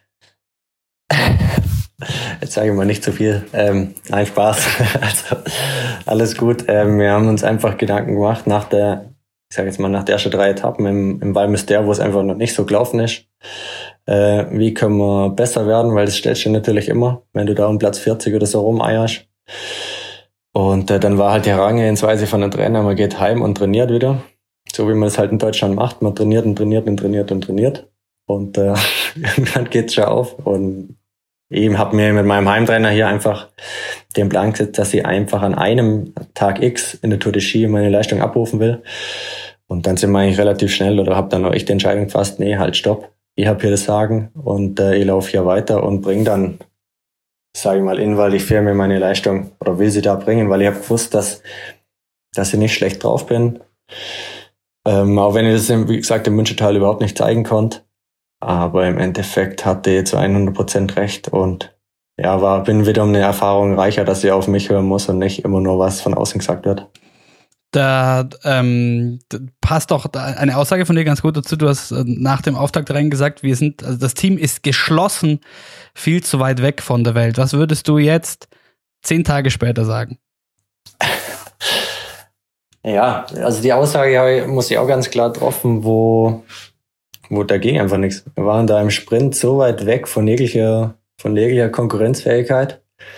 Jetzt sage ich mal nicht zu viel. Ähm, nein, Spaß. Also, alles gut. Ähm, wir haben uns einfach Gedanken gemacht nach der, ich sage jetzt mal nach der ersten drei Etappen im, im Val Müstair, wo es einfach noch nicht so gelaufen ist. Äh, wie können wir besser werden? Weil das stellst du natürlich immer, wenn du da um Platz vierzig oder so rumeierst. Und äh, dann war halt die Herangehensweise von den Trainer, man geht heim und trainiert wieder. So wie man es halt in Deutschland macht. Man trainiert und trainiert und trainiert und trainiert. Und äh, irgendwann geht's schon auf und ich habe mir mit meinem Heimtrainer hier einfach den Plan gesetzt, dass ich einfach an einem Tag X in der Tour de Ski meine Leistung abrufen will. Und dann sind wir eigentlich relativ schnell oder habe dann auch echt die Entscheidung gefasst, nee, halt stopp. Ich habe hier das Sagen und äh, ich laufe hier weiter und bringe dann, sage ich mal, inwaldig fair mir meine Leistung oder will sie da bringen, weil ich habe gewusst, dass, dass ich nicht schlecht drauf bin. Ähm, auch wenn ich das, wie gesagt, im Münstertal überhaupt nicht zeigen konnte. Aber im Endeffekt hatte ich zu hundert Prozent recht und ja, war, bin wieder um eine Erfahrung reicher, dass ich auf mich hören muss und nicht immer nur was von außen gesagt wird. Da ähm, passt doch eine Aussage von dir ganz gut dazu. Du hast nach dem Auftaktrennen gesagt, wir sind, also das Team ist geschlossen viel zu weit weg von der Welt. Was würdest du jetzt zehn Tage später sagen? Ja, also die Aussage muss ich auch ganz klar treffen, wo, wo da ging einfach nichts. Wir waren da im Sprint so weit weg von jeglicher, von jeglicher Konkurrenzfähigkeit.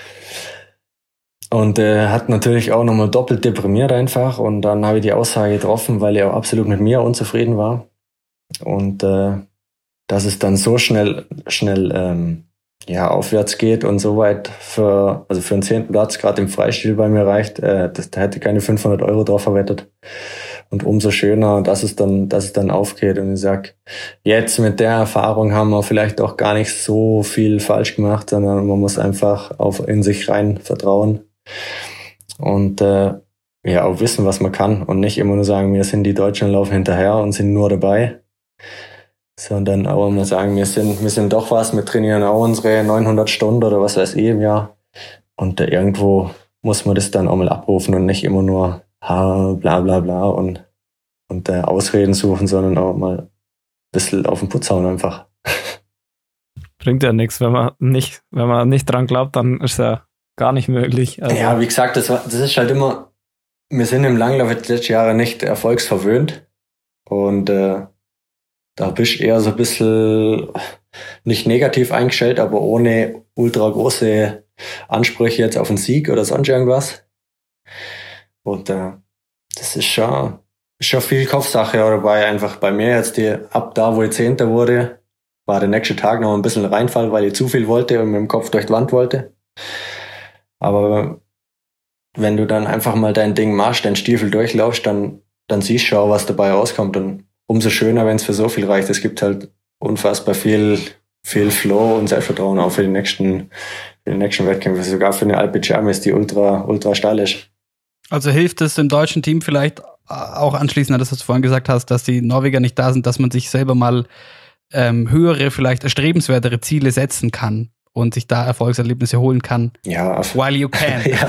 Und äh, hat natürlich auch nochmal doppelt deprimiert einfach. Und dann habe ich die Aussage getroffen, weil ich auch absolut mit mir unzufrieden war. Und äh, dass es dann so schnell schnell ähm, ja aufwärts geht und so weit für also für einen zehnten Platz gerade im Freistil bei mir reicht, äh, das, da hätte ich keine fünfhundert Euro drauf verwettet. Und umso schöner, dass es dann dass es dann aufgeht. Und ich sag, jetzt mit der Erfahrung haben wir vielleicht auch gar nicht so viel falsch gemacht, sondern man muss einfach auf in sich rein vertrauen. Und äh, ja auch wissen, was man kann und nicht immer nur sagen, wir sind die Deutschen, laufen hinterher und sind nur dabei, sondern auch immer sagen, wir sind wir sind doch was, wir trainieren auch unsere neunhundert Stunden oder was weiß ich im Jahr und äh, irgendwo muss man das dann auch mal abrufen und nicht immer nur ha, bla bla bla und, und äh, Ausreden suchen, sondern auch mal ein bisschen auf den Putz hauen einfach. Bringt ja nichts, wenn man nicht, wenn man nicht dran glaubt, dann ist ja gar nicht möglich. Also ja, wie gesagt, das, war, das ist halt immer, wir sind im Langlauf jetzt letzte Jahre nicht erfolgsverwöhnt und äh, da bist du eher so ein bisschen nicht negativ eingestellt, aber ohne ultra große Ansprüche jetzt auf einen Sieg oder sonst irgendwas. Und äh, das ist schon, schon viel Kopfsache dabei. Einfach bei mir jetzt, die, ab da, wo ich Zehnter wurde, war der nächste Tag noch ein bisschen ein Reinfall, weil ich zu viel wollte und mit dem Kopf durch die Wand wollte. Aber wenn du dann einfach mal dein Ding machst, deinen Stiefel durchlaufst, dann, dann siehst du auch, was dabei rauskommt. Und umso schöner, wenn es für so viel reicht. Es gibt halt unfassbar viel, viel Flow und Selbstvertrauen auch für die nächsten, für die nächsten Wettkämpfe. Sogar für eine Alpe Adjourmis, die ultra, ultra steil ist. Also hilft es dem deutschen Team vielleicht auch anschließend an das, was du vorhin gesagt hast, dass die Norweger nicht da sind, dass man sich selber mal ähm, höhere, vielleicht erstrebenswertere Ziele setzen kann und sich da Erfolgserlebnisse holen kann. Ja, auf, while you can. ja.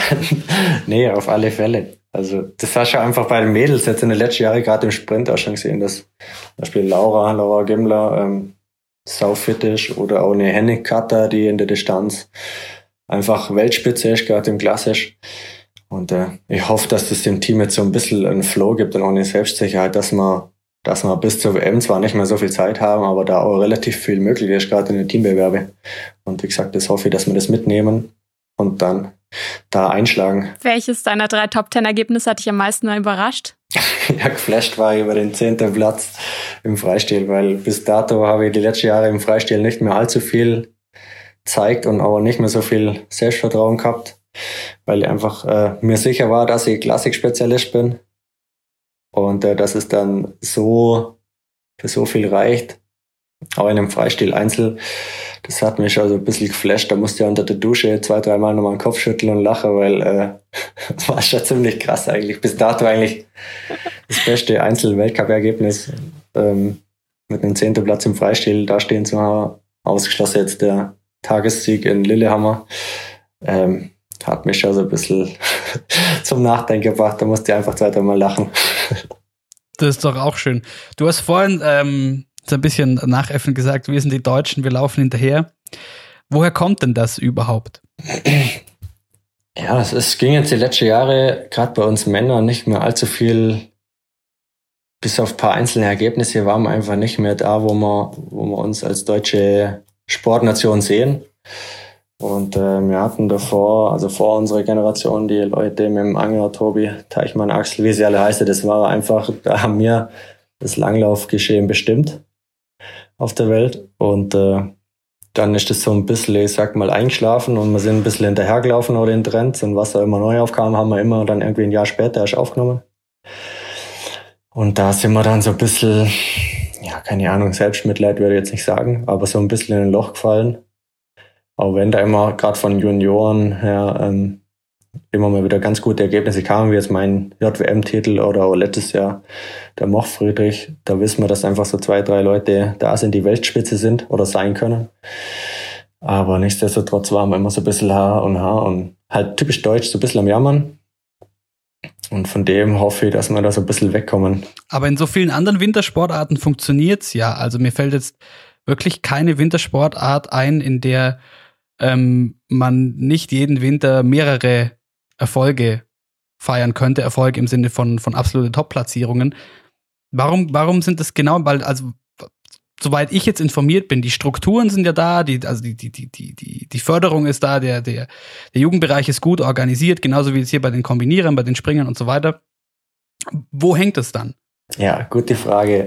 Nee, auf alle Fälle. Also das hast du einfach bei den Mädels jetzt in den letzten Jahren gerade im Sprint auch schon gesehen, dass zum Beispiel Laura, Laura Gimmler ähm, saufit ist oder auch eine Hennig Cutter, die in der Distanz einfach Weltspitze ist, gerade im Klassisch. Und äh, ich hoffe, dass das dem Team jetzt so ein bisschen einen Flow gibt und auch eine Selbstsicherheit, dass wir, dass wir bis zur W M zwar nicht mehr so viel Zeit haben, aber da auch relativ viel möglich ist, gerade in den Teambewerben. Und wie gesagt, das hoffe ich, dass wir das mitnehmen und dann da einschlagen. Welches deiner drei Top-Ten-Ergebnisse hat dich am meisten überrascht? Ja, geflasht war ich über den zehnten Platz im Freistil, weil bis dato habe ich die letzten Jahre im Freistil nicht mehr allzu viel gezeigt und auch nicht mehr so viel Selbstvertrauen gehabt, weil ich einfach äh, mir sicher war, dass ich Klassik-Spezialist bin und äh, dass es dann so für so viel reicht, auch in einem Freistil-Einzel. Das hat mich also ein bisschen geflasht. Da musste ich unter der Dusche zwei, dreimal nochmal den Kopf schütteln und lachen, weil äh, das war schon ziemlich krass eigentlich. Bis dato eigentlich das beste Einzel-Weltcup-Ergebnis ähm, mit einem zehnten Platz im Freistil dastehen zu haben. Ausgeschlossen jetzt der Tagessieg in Lillehammer. Ähm, hat mich schon so ein bisschen zum Nachdenken gebracht. Da musste ich einfach zwei, dreimal lachen. Das ist doch auch schön. Du hast vorhin ähm, so ein bisschen nachäffend gesagt, wir sind die Deutschen, wir laufen hinterher. Woher kommt denn das überhaupt? Ja, es ist, ging jetzt die letzten Jahre, gerade bei uns Männern, nicht mehr allzu viel, bis auf ein paar einzelne Ergebnisse waren wir einfach nicht mehr da, wo wir, wo wir uns als deutsche Sportnation sehen. Und äh, wir hatten davor, also vor unserer Generation, die Leute mit dem Anger, Tobi, Teichmann, Axel, wie sie alle heißen, das war einfach, da haben wir das Langlaufgeschehen bestimmt auf der Welt. Und äh, dann ist das so ein bisschen, ich sag mal, eingeschlafen und wir sind ein bisschen hinterhergelaufen oder den Trends und was da immer neu aufkam, haben wir immer dann irgendwie ein Jahr später erst aufgenommen. Und da sind wir dann so ein bisschen, ja, keine Ahnung, Selbstmitleid würde ich jetzt nicht sagen, aber so ein bisschen in ein Loch gefallen. Auch wenn da immer, gerade von Junioren her, ähm, immer mal wieder ganz gute Ergebnisse kamen, wie jetzt mein J W M-Titel oder auch letztes Jahr der Moch Friedrich. Da wissen wir, dass einfach so zwei, drei Leute da sind, die Weltspitze sind oder sein können. Aber nichtsdestotrotz waren wir immer so ein bisschen Haar und Haar und halt typisch deutsch, so ein bisschen am Jammern. Und von dem hoffe ich, dass wir da so ein bisschen wegkommen. Aber in so vielen anderen Wintersportarten funktioniert's ja. Also mir fällt jetzt wirklich keine Wintersportart ein, in der ähm, man nicht jeden Winter mehrere Erfolge feiern könnte, Erfolge im Sinne von, von absolute Top-Platzierungen. Warum, warum sind das genau, weil, also, soweit ich jetzt informiert bin, die Strukturen sind ja da, die, also die, die, die, die, die Förderung ist da, der, der, der Jugendbereich ist gut organisiert, genauso wie es hier bei den Kombinierern, bei den Springern und so weiter. Wo hängt es dann? Ja, gute Frage.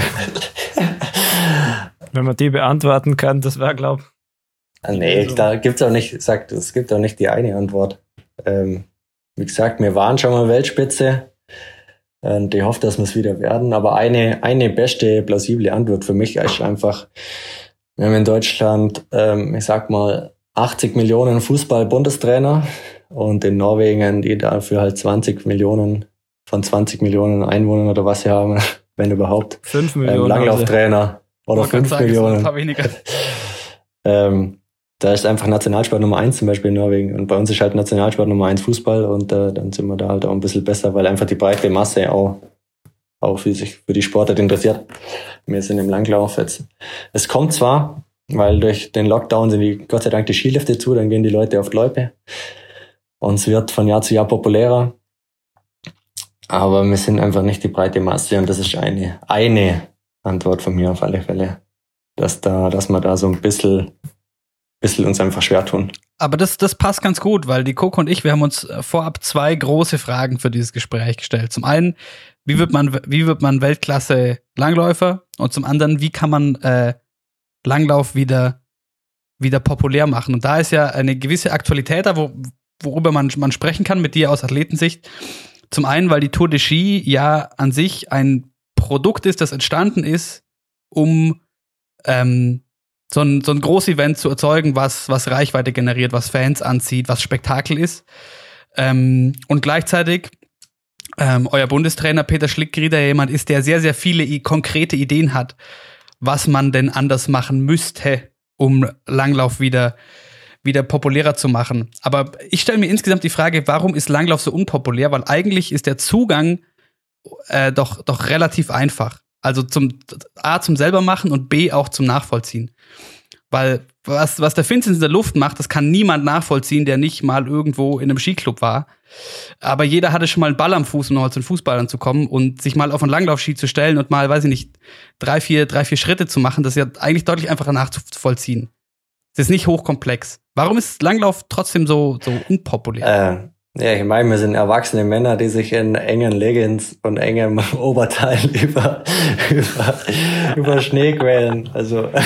Wenn man die beantworten kann, das wäre, glaube ich. Nee, da gibt's auch nicht, sagt, es gibt auch nicht die eine Antwort. Ähm, wie gesagt, wir waren schon mal Weltspitze und ich hoffe, dass wir es wieder werden. Aber eine, eine beste, plausible Antwort für mich ist einfach, wir haben in Deutschland, ähm, ich sag mal, achtzig Millionen Fußball-Bundestrainer und in Norwegen, die dafür halt zwanzig Millionen von zwanzig Millionen Einwohnern oder was sie haben, wenn überhaupt. fünf Millionen. Ähm, Langlauftrainer oder fünf sagen, Millionen. Ein paar weniger. ähm, Da ist einfach Nationalsport Nummer eins zum Beispiel in Norwegen. Und bei uns ist halt Nationalsport Nummer eins Fußball und äh, dann sind wir da halt auch ein bisschen besser, weil einfach die breite Masse auch, auch für sich für die Sportart interessiert. Wir sind im Langlauf jetzt. Es kommt zwar, weil durch den Lockdown sind die Gott sei Dank die Skilifte zu, dann gehen die Leute auf die Loipe. Und es wird von Jahr zu Jahr populärer. Aber wir sind einfach nicht die breite Masse und das ist eine, eine Antwort von mir auf alle Fälle. Dass da, dass wir da so ein bisschen bisschen uns einfach schwer tun. Aber das, das passt ganz gut, weil die Coco und ich, wir haben uns vorab zwei große Fragen für dieses Gespräch gestellt. Zum einen, wie wird man, wie wird man Weltklasse-Langläufer? Und zum anderen, wie kann man äh, Langlauf wieder, wieder populär machen? Und da ist ja eine gewisse Aktualität da, wo, worüber man, man sprechen kann mit dir aus Athletensicht. Zum einen, weil die Tour de Ski ja an sich ein Produkt ist, das entstanden ist, um ähm, so ein, so ein Groß-Event zu erzeugen, was, was Reichweite generiert, was Fans anzieht, was Spektakel ist. Ähm, und gleichzeitig ähm, euer Bundestrainer Peter Schlickgrieder ja jemand ist, der sehr, sehr viele i- konkrete Ideen hat, was man denn anders machen müsste, um Langlauf wieder, wieder populärer zu machen. Aber ich stelle mir insgesamt die Frage, warum ist Langlauf so unpopulär? Weil eigentlich ist der Zugang äh, doch, doch relativ einfach. Also zum A, zum selber machen und B, auch zum Nachvollziehen. Weil was, was der Vinzenz in der Luft macht, das kann niemand nachvollziehen, der nicht mal irgendwo in einem Skiclub war. Aber jeder hatte schon mal einen Ball am Fuß, um noch zu den Fußballern zu kommen und sich mal auf einen Langlaufski zu stellen und mal, weiß ich nicht, drei, vier, drei, vier Schritte zu machen, das ist ja eigentlich deutlich einfacher nachzuvollziehen. Das ist nicht hochkomplex. Warum ist Langlauf trotzdem so, so unpopulär? Äh. Ja, ich meine, wir sind erwachsene Männer, die sich in engen Leggings und engem Oberteil über, über, über Schnee quälen. Also. Und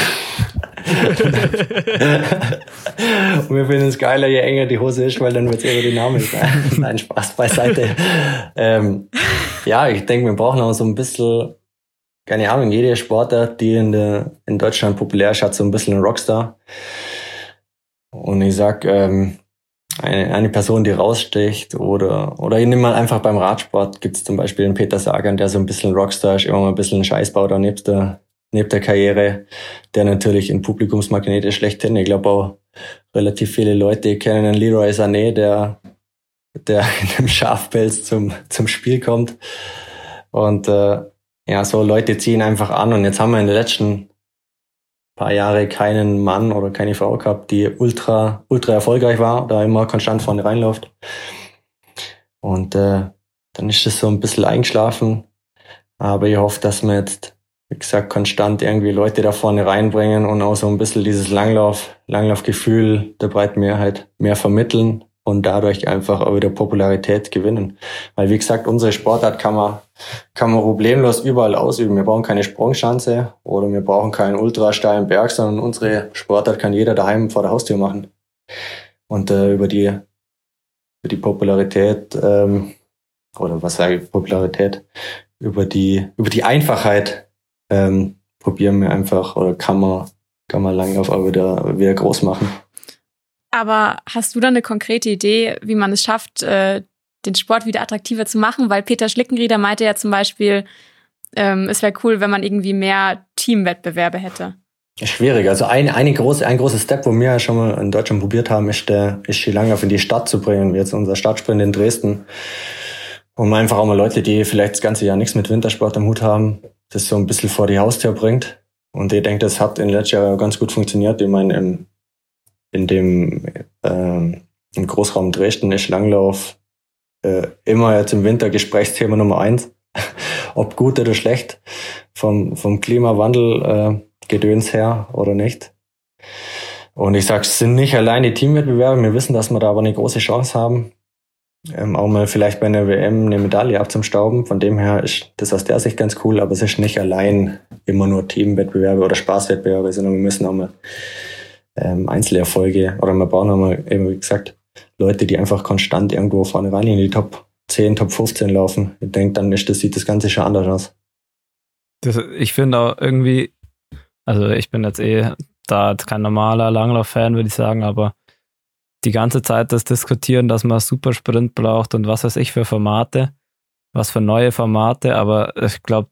wir finden es geiler, je enger die Hose ist, weil dann wird es aerodynamisch sein. Nein, Spaß beiseite. Ähm, ja, ich denke, wir brauchen auch so ein bisschen, keine Ahnung, jede Sportart, die in, der, in Deutschland populär ist, hat so ein bisschen einen Rockstar. Und ich sag, ähm, Eine, eine Person, die raussticht oder oder ich nehme mal einfach beim Radsport, gibt es zum Beispiel den Peter Sagan, der so ein bisschen Rockstar ist, immer mal ein bisschen ein Scheißbau da neben der, neben der Karriere, der natürlich ein Publikumsmagnet ist schlechthin. Ich glaube auch relativ viele Leute kennen den Leroy Sané, der der in einem Schafpelz zum zum Spiel kommt. Und äh, ja, so Leute ziehen einfach an und jetzt haben wir in den letzten paar Jahre keinen Mann oder keine Frau gehabt, die ultra ultra erfolgreich war, da immer konstant vorne reinläuft. Und äh, dann ist es so ein bisschen eingeschlafen. Aber ich hoffe, dass wir jetzt, wie gesagt, konstant irgendwie Leute da vorne reinbringen und auch so ein bisschen dieses Langlauf, Langlaufgefühl der breiten Mehrheit mehr vermitteln. und dadurch einfach auch wieder Popularität gewinnen. Weil wie gesagt, unsere Sportart kann man, kann man problemlos überall ausüben. Wir brauchen keine Sprungschanze oder wir brauchen keinen ultra steilen Berg, sondern unsere Sportart kann jeder daheim vor der Haustür machen. Und äh, über die über die Popularität ähm, oder was sage ich, Popularität, über die über die Einfachheit ähm, probieren wir einfach oder kann man kann man Langlauf auch wieder, wieder groß machen. Aber hast du da eine konkrete Idee, wie man es schafft, äh, den Sport wieder attraktiver zu machen? Weil Peter Schlickenrieder meinte ja zum Beispiel, ähm, es wäre cool, wenn man irgendwie mehr Teamwettbewerbe hätte. Schwierig. Also ein, eine große, ein großes Step, wo wir ja schon mal in Deutschland probiert haben, ist, der, ist Skilanglauf in die Stadt zu bringen. Wie jetzt unser Stadtsprint in Dresden. Und man einfach auch mal Leute, die vielleicht das ganze Jahr nichts mit Wintersport am Hut haben, das so ein bisschen vor die Haustür bringt. Und ich denke, das hat in den letzten Jahren ganz gut funktioniert. Ich meine, im In dem ähm, im Großraum Dresden ist Langlauf äh, immer jetzt im Winter Gesprächsthema Nummer eins. Ob gut oder schlecht, vom, vom Klimawandel äh, Gedöns her oder nicht. Und ich sage, es sind nicht allein die Teamwettbewerbe. Wir wissen, dass wir da aber eine große Chance haben, ähm, auch mal vielleicht bei einer W M eine Medaille abzustauben. Von dem her ist das aus der Sicht ganz cool, aber es ist nicht allein immer nur Teamwettbewerbe oder Spaßwettbewerbe, sondern wir müssen auch mal Ähm, Einzelerfolge oder wir brauchen einmal, eben wie gesagt, Leute, die einfach konstant irgendwo vorne rein in die Top zehn, Top fünfzehn laufen. Ich denke, dann ist das, sieht das Ganze schon anders aus. Das, ich finde auch irgendwie, also ich bin jetzt eh da kein normaler Langlauf-Fan, würde ich sagen, aber die ganze Zeit das Diskutieren, dass man Supersprint braucht und was weiß ich für Formate, was für neue Formate, aber ich glaube,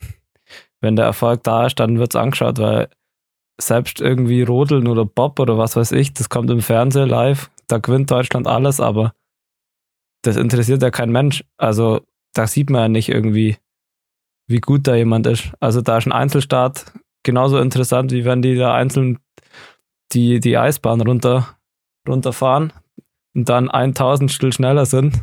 wenn der Erfolg da ist, dann wird es angeschaut, weil selbst irgendwie Rodeln oder Bob oder was weiß ich, das kommt im Fernsehen live, da gewinnt Deutschland alles, aber das interessiert ja kein Mensch. Also da sieht man ja nicht irgendwie, wie gut da jemand ist. Also da ist ein Einzelstart genauso interessant, wie wenn die da einzeln die, die Eisbahn runter, runterfahren und dann ein Tausendstel schneller sind.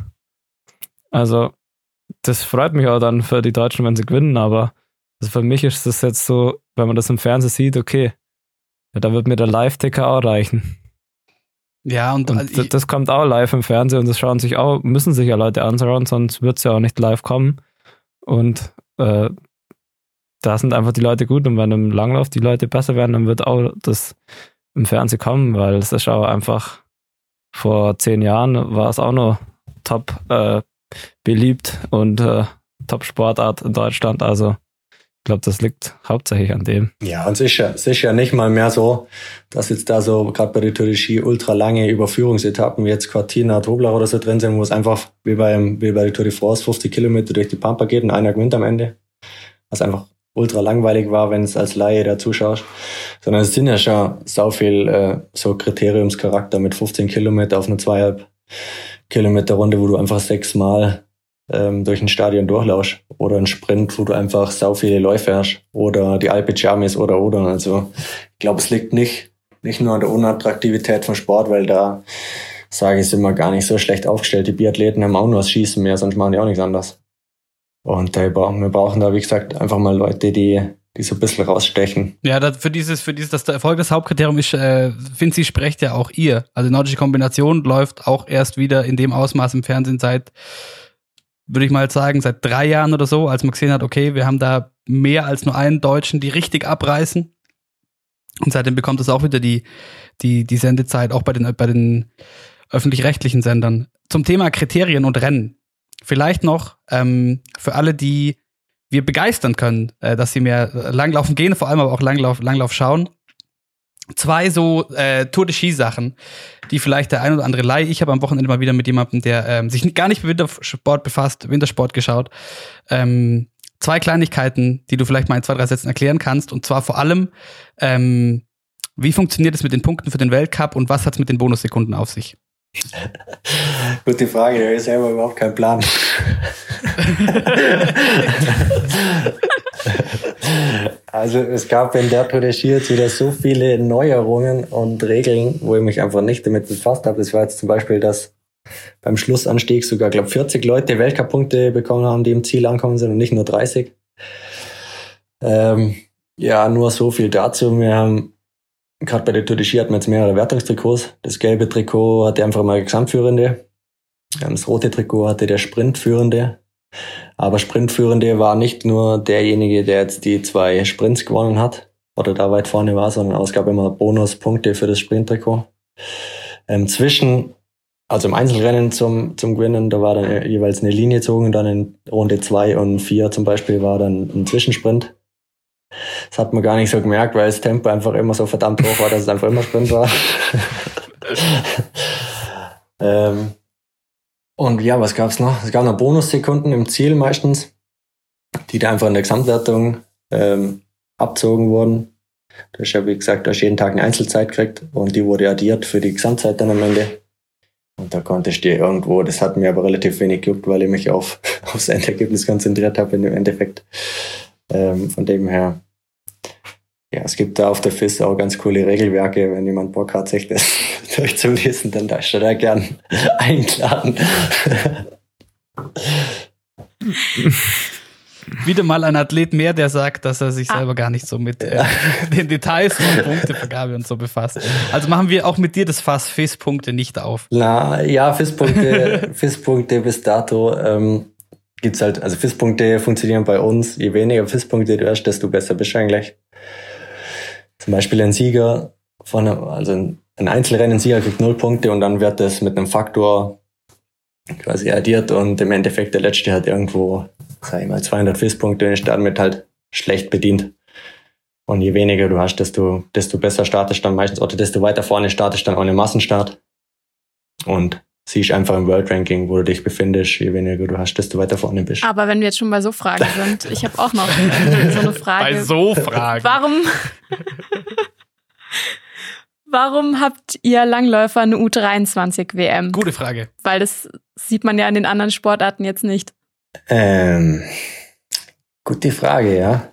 Also das freut mich auch dann für die Deutschen, wenn sie gewinnen, aber also für mich ist das jetzt so, wenn man das im Fernsehen sieht, okay, ja, da wird mir der Live-Ticker auch reichen. Ja, und, und ich, das kommt auch live im Fernsehen und das schauen sich auch, müssen sich ja Leute anschauen, sonst wird es ja auch nicht live kommen. Und äh, da sind einfach die Leute gut und wenn im Langlauf die Leute besser werden, dann wird auch das im Fernsehen kommen, weil es ist auch einfach, vor zehn Jahren war es auch noch top äh, beliebt und äh, Top-Sportart in Deutschland, also ich glaube, das liegt hauptsächlich an dem. Ja, und es ist ja, es ist ja nicht mal mehr so, dass jetzt da so, gerade bei der Tour de Ski, ultra lange Überführungsetappen wie jetzt Cortina, Toblach oder so drin sind, wo es einfach wie beim, wie bei der Tour de France fünfzig Kilometer durch die Pampa geht und einer gewinnt am Ende. Was einfach ultra langweilig war, wenn es als Laie da zuschaust. Sondern es sind ja schon so viel äh, so Kriteriumscharakter mit fünfzehn Kilometer auf einer zweieinhalb Kilometer Runde, wo du einfach sechsmal ähm, durch ein Stadion durchlauschst. Oder ein Sprint, wo du einfach sau viele Läufe hast. Oder die Alpe Giamis oder oder. Also ich glaube, es liegt nicht, nicht nur an der Unattraktivität vom Sport, weil da, sage ich, sind wir gar nicht so schlecht aufgestellt. Die Biathleten haben auch nur das Schießen mehr, sonst machen die auch nichts anderes. Und äh, wir brauchen da, wie gesagt, einfach mal Leute, die, die so ein bisschen rausstechen. Ja, das, für dieses, für dieses, dass der Erfolg das Hauptkriterium ist, äh, Vinzi, sprecht ja auch ihr. Also nordische Kombination läuft auch erst wieder in dem Ausmaß im Fernsehen seit, würde ich mal sagen, seit drei Jahren oder so, als man gesehen hat, okay, wir haben da mehr als nur einen Deutschen, die richtig abreißen. Und seitdem bekommt es auch wieder die, die, die Sendezeit, auch bei den, bei den öffentlich-rechtlichen Sendern. Zum Thema Kriterien und Rennen. Vielleicht noch ähm, für alle, die wir begeistern können, äh, dass sie mehr Langlaufen gehen, vor allem aber auch Langlauf, Langlauf schauen. Zwei so äh, Tour de Ski-Sachen, die vielleicht der ein oder andere Laie, ich habe am Wochenende mal wieder mit jemandem, der ähm, sich gar nicht mit Wintersport befasst, Wintersport geschaut. Ähm, zwei Kleinigkeiten, die du vielleicht mal in zwei, drei Sätzen erklären kannst. Und zwar vor allem, ähm, wie funktioniert es mit den Punkten für den Weltcup und was hat es mit den Bonussekunden auf sich? Gute Frage, ich habe selber überhaupt keinen Plan. Also es gab in der Tour de Ski jetzt wieder so viele Neuerungen und Regeln, wo ich mich einfach nicht damit befasst habe. Das war jetzt zum Beispiel, dass beim Schlussanstieg sogar, glaube vierzig Leute Weltcup-Punkte bekommen haben, die im Ziel ankommen sind und nicht nur dreißig. Ähm, ja, nur so viel dazu. Wir haben gerade bei der Tour de Ski hat man jetzt mehrere Wertungstrikots. Das gelbe Trikot hatte einfach mal Gesamtführende. Das rote Trikot hatte der Sprintführende. Aber Sprintführende war nicht nur derjenige, der jetzt die zwei Sprints gewonnen hat oder da weit vorne war, sondern es gab immer Bonuspunkte für das Sprinttrikot. Ähm, zwischen, also im Einzelrennen zum, zum Gewinnen, da war dann jeweils eine Linie gezogen, dann in Runde zwei und vier zum Beispiel war dann ein Zwischensprint. Das hat man gar nicht so gemerkt, weil das Tempo einfach immer so verdammt hoch war, dass es einfach immer Sprint war. ähm, und ja, was gab's noch? Es gab noch Bonussekunden im Ziel meistens, die da einfach in der Gesamtwertung ähm, abzogen wurden. Du hast ja, wie gesagt, du hast jeden Tag eine Einzelzeit gekriegt und die wurde addiert für die Gesamtzeit dann am Ende. Und da konnte ich dir irgendwo, das hat mir aber relativ wenig gejuckt, weil ich mich auf aufs Endergebnis konzentriert habe im Endeffekt. Ähm, von dem her, ja, es gibt da auf der F I S auch ganz coole Regelwerke. Wenn jemand Bock hat, sich das durchzulesen, dann darfst du da gern eingeladen. Wieder mal ein Athlet mehr, der sagt, dass er sich ah. selber gar nicht so mit äh, den Details von Punktevergabe und so befasst. Also machen wir auch mit dir das Fass F I S-Punkte nicht auf. Na, ja, F I S-Punkte, F I S-Punkte bis dato ähm, gibt's halt, also F I S-Punkte funktionieren bei uns. Je weniger F I S-Punkte du hast, desto besser bist du eigentlich. Zum Beispiel ein Sieger von einem, also ein Einzelrennen-Sieger kriegt null Punkte und dann wird das mit einem Faktor quasi addiert und im Endeffekt der Letzte hat irgendwo, sag ich mal, zweihundert F I S-Punkte und ist damit halt schlecht bedient. Und je weniger du hast, desto, desto besser startest dann meistens, oder desto weiter vorne startest dann auch eine Massenstart. Und siehst einfach im World Ranking, wo du dich befindest, je weniger du hast, desto weiter vorne bist. Aber wenn wir jetzt schon bei so Fragen sind, ich habe auch noch so eine Frage. Bei so Fragen. Warum, warum habt ihr Langläufer eine U dreiundzwanzig W M? Gute Frage. Weil das sieht man ja in den anderen Sportarten jetzt nicht. Ähm, gute Frage, ja.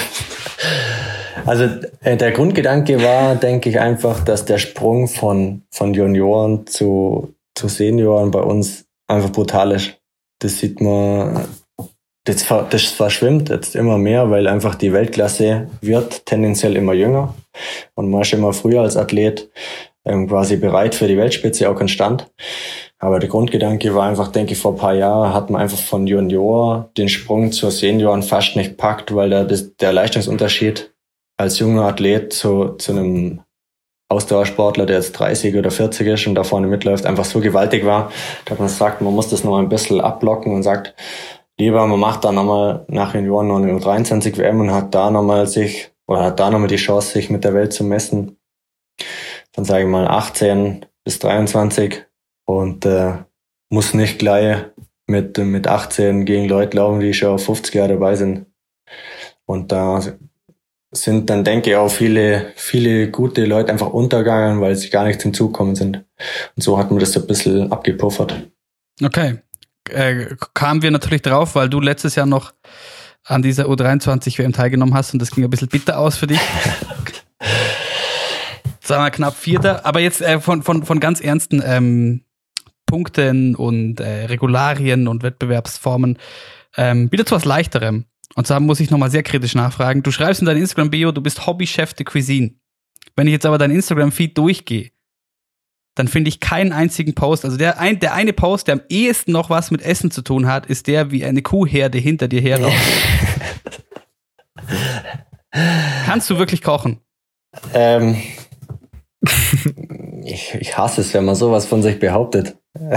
Also äh, der Grundgedanke war, denke ich, einfach, dass der Sprung von, von Junioren zu zu Senioren bei uns einfach brutal ist. Das sieht man, das, das verschwimmt jetzt immer mehr, weil einfach die Weltklasse wird tendenziell immer jünger und man ist immer früher als Athlet ähm, quasi bereit für die Weltspitze, auch konstant. Aber der Grundgedanke war einfach, denke ich, vor ein paar Jahren hat man einfach von Junior den Sprung zur Senioren fast nicht gepackt, weil da das, der Leistungsunterschied als junger Athlet zu, zu einem Ausdauersportler, der jetzt dreißig oder vierzig ist und da vorne mitläuft, einfach so gewaltig war, dass man sagt, man muss das noch ein bisschen abblocken und sagt, lieber man macht da nochmal nach Junioren noch eine U dreiundzwanzig W M und hat da nochmal sich, oder hat da nochmal die Chance, sich mit der Welt zu messen. Dann sage ich mal achtzehn bis dreiundzwanzig und äh, muss nicht gleich mit, mit achtzehn gegen Leute laufen, die schon auf fünfzig Jahre dabei sind. Und da sind dann, denke ich, auch viele, viele gute Leute einfach untergegangen, weil sie gar nicht zum Zug gekommen sind. Und so hat man das ein bisschen abgepuffert. Okay. Äh, kamen wir natürlich drauf, weil du letztes Jahr noch an dieser U dreiundzwanzig W M teilgenommen hast und das ging ein bisschen bitter aus für dich. Sagen wir knapp Vierter. Aber jetzt äh, von, von, von ganz ernsten ähm, Punkten und äh, Regularien und Wettbewerbsformen ähm, wieder zu was Leichterem. Und zwar muss ich nochmal sehr kritisch nachfragen. Du schreibst in deinem Instagram-Bio, du bist Hobby-Chef de Cuisine. Wenn ich jetzt aber deinen Instagram-Feed durchgehe, dann finde ich keinen einzigen Post. Also der, ein, der eine Post, der am ehesten noch was mit Essen zu tun hat, ist der, wie eine Kuhherde hinter dir herläuft. Kannst du wirklich kochen? Ähm, ich, ich hasse es, wenn man sowas von sich behauptet.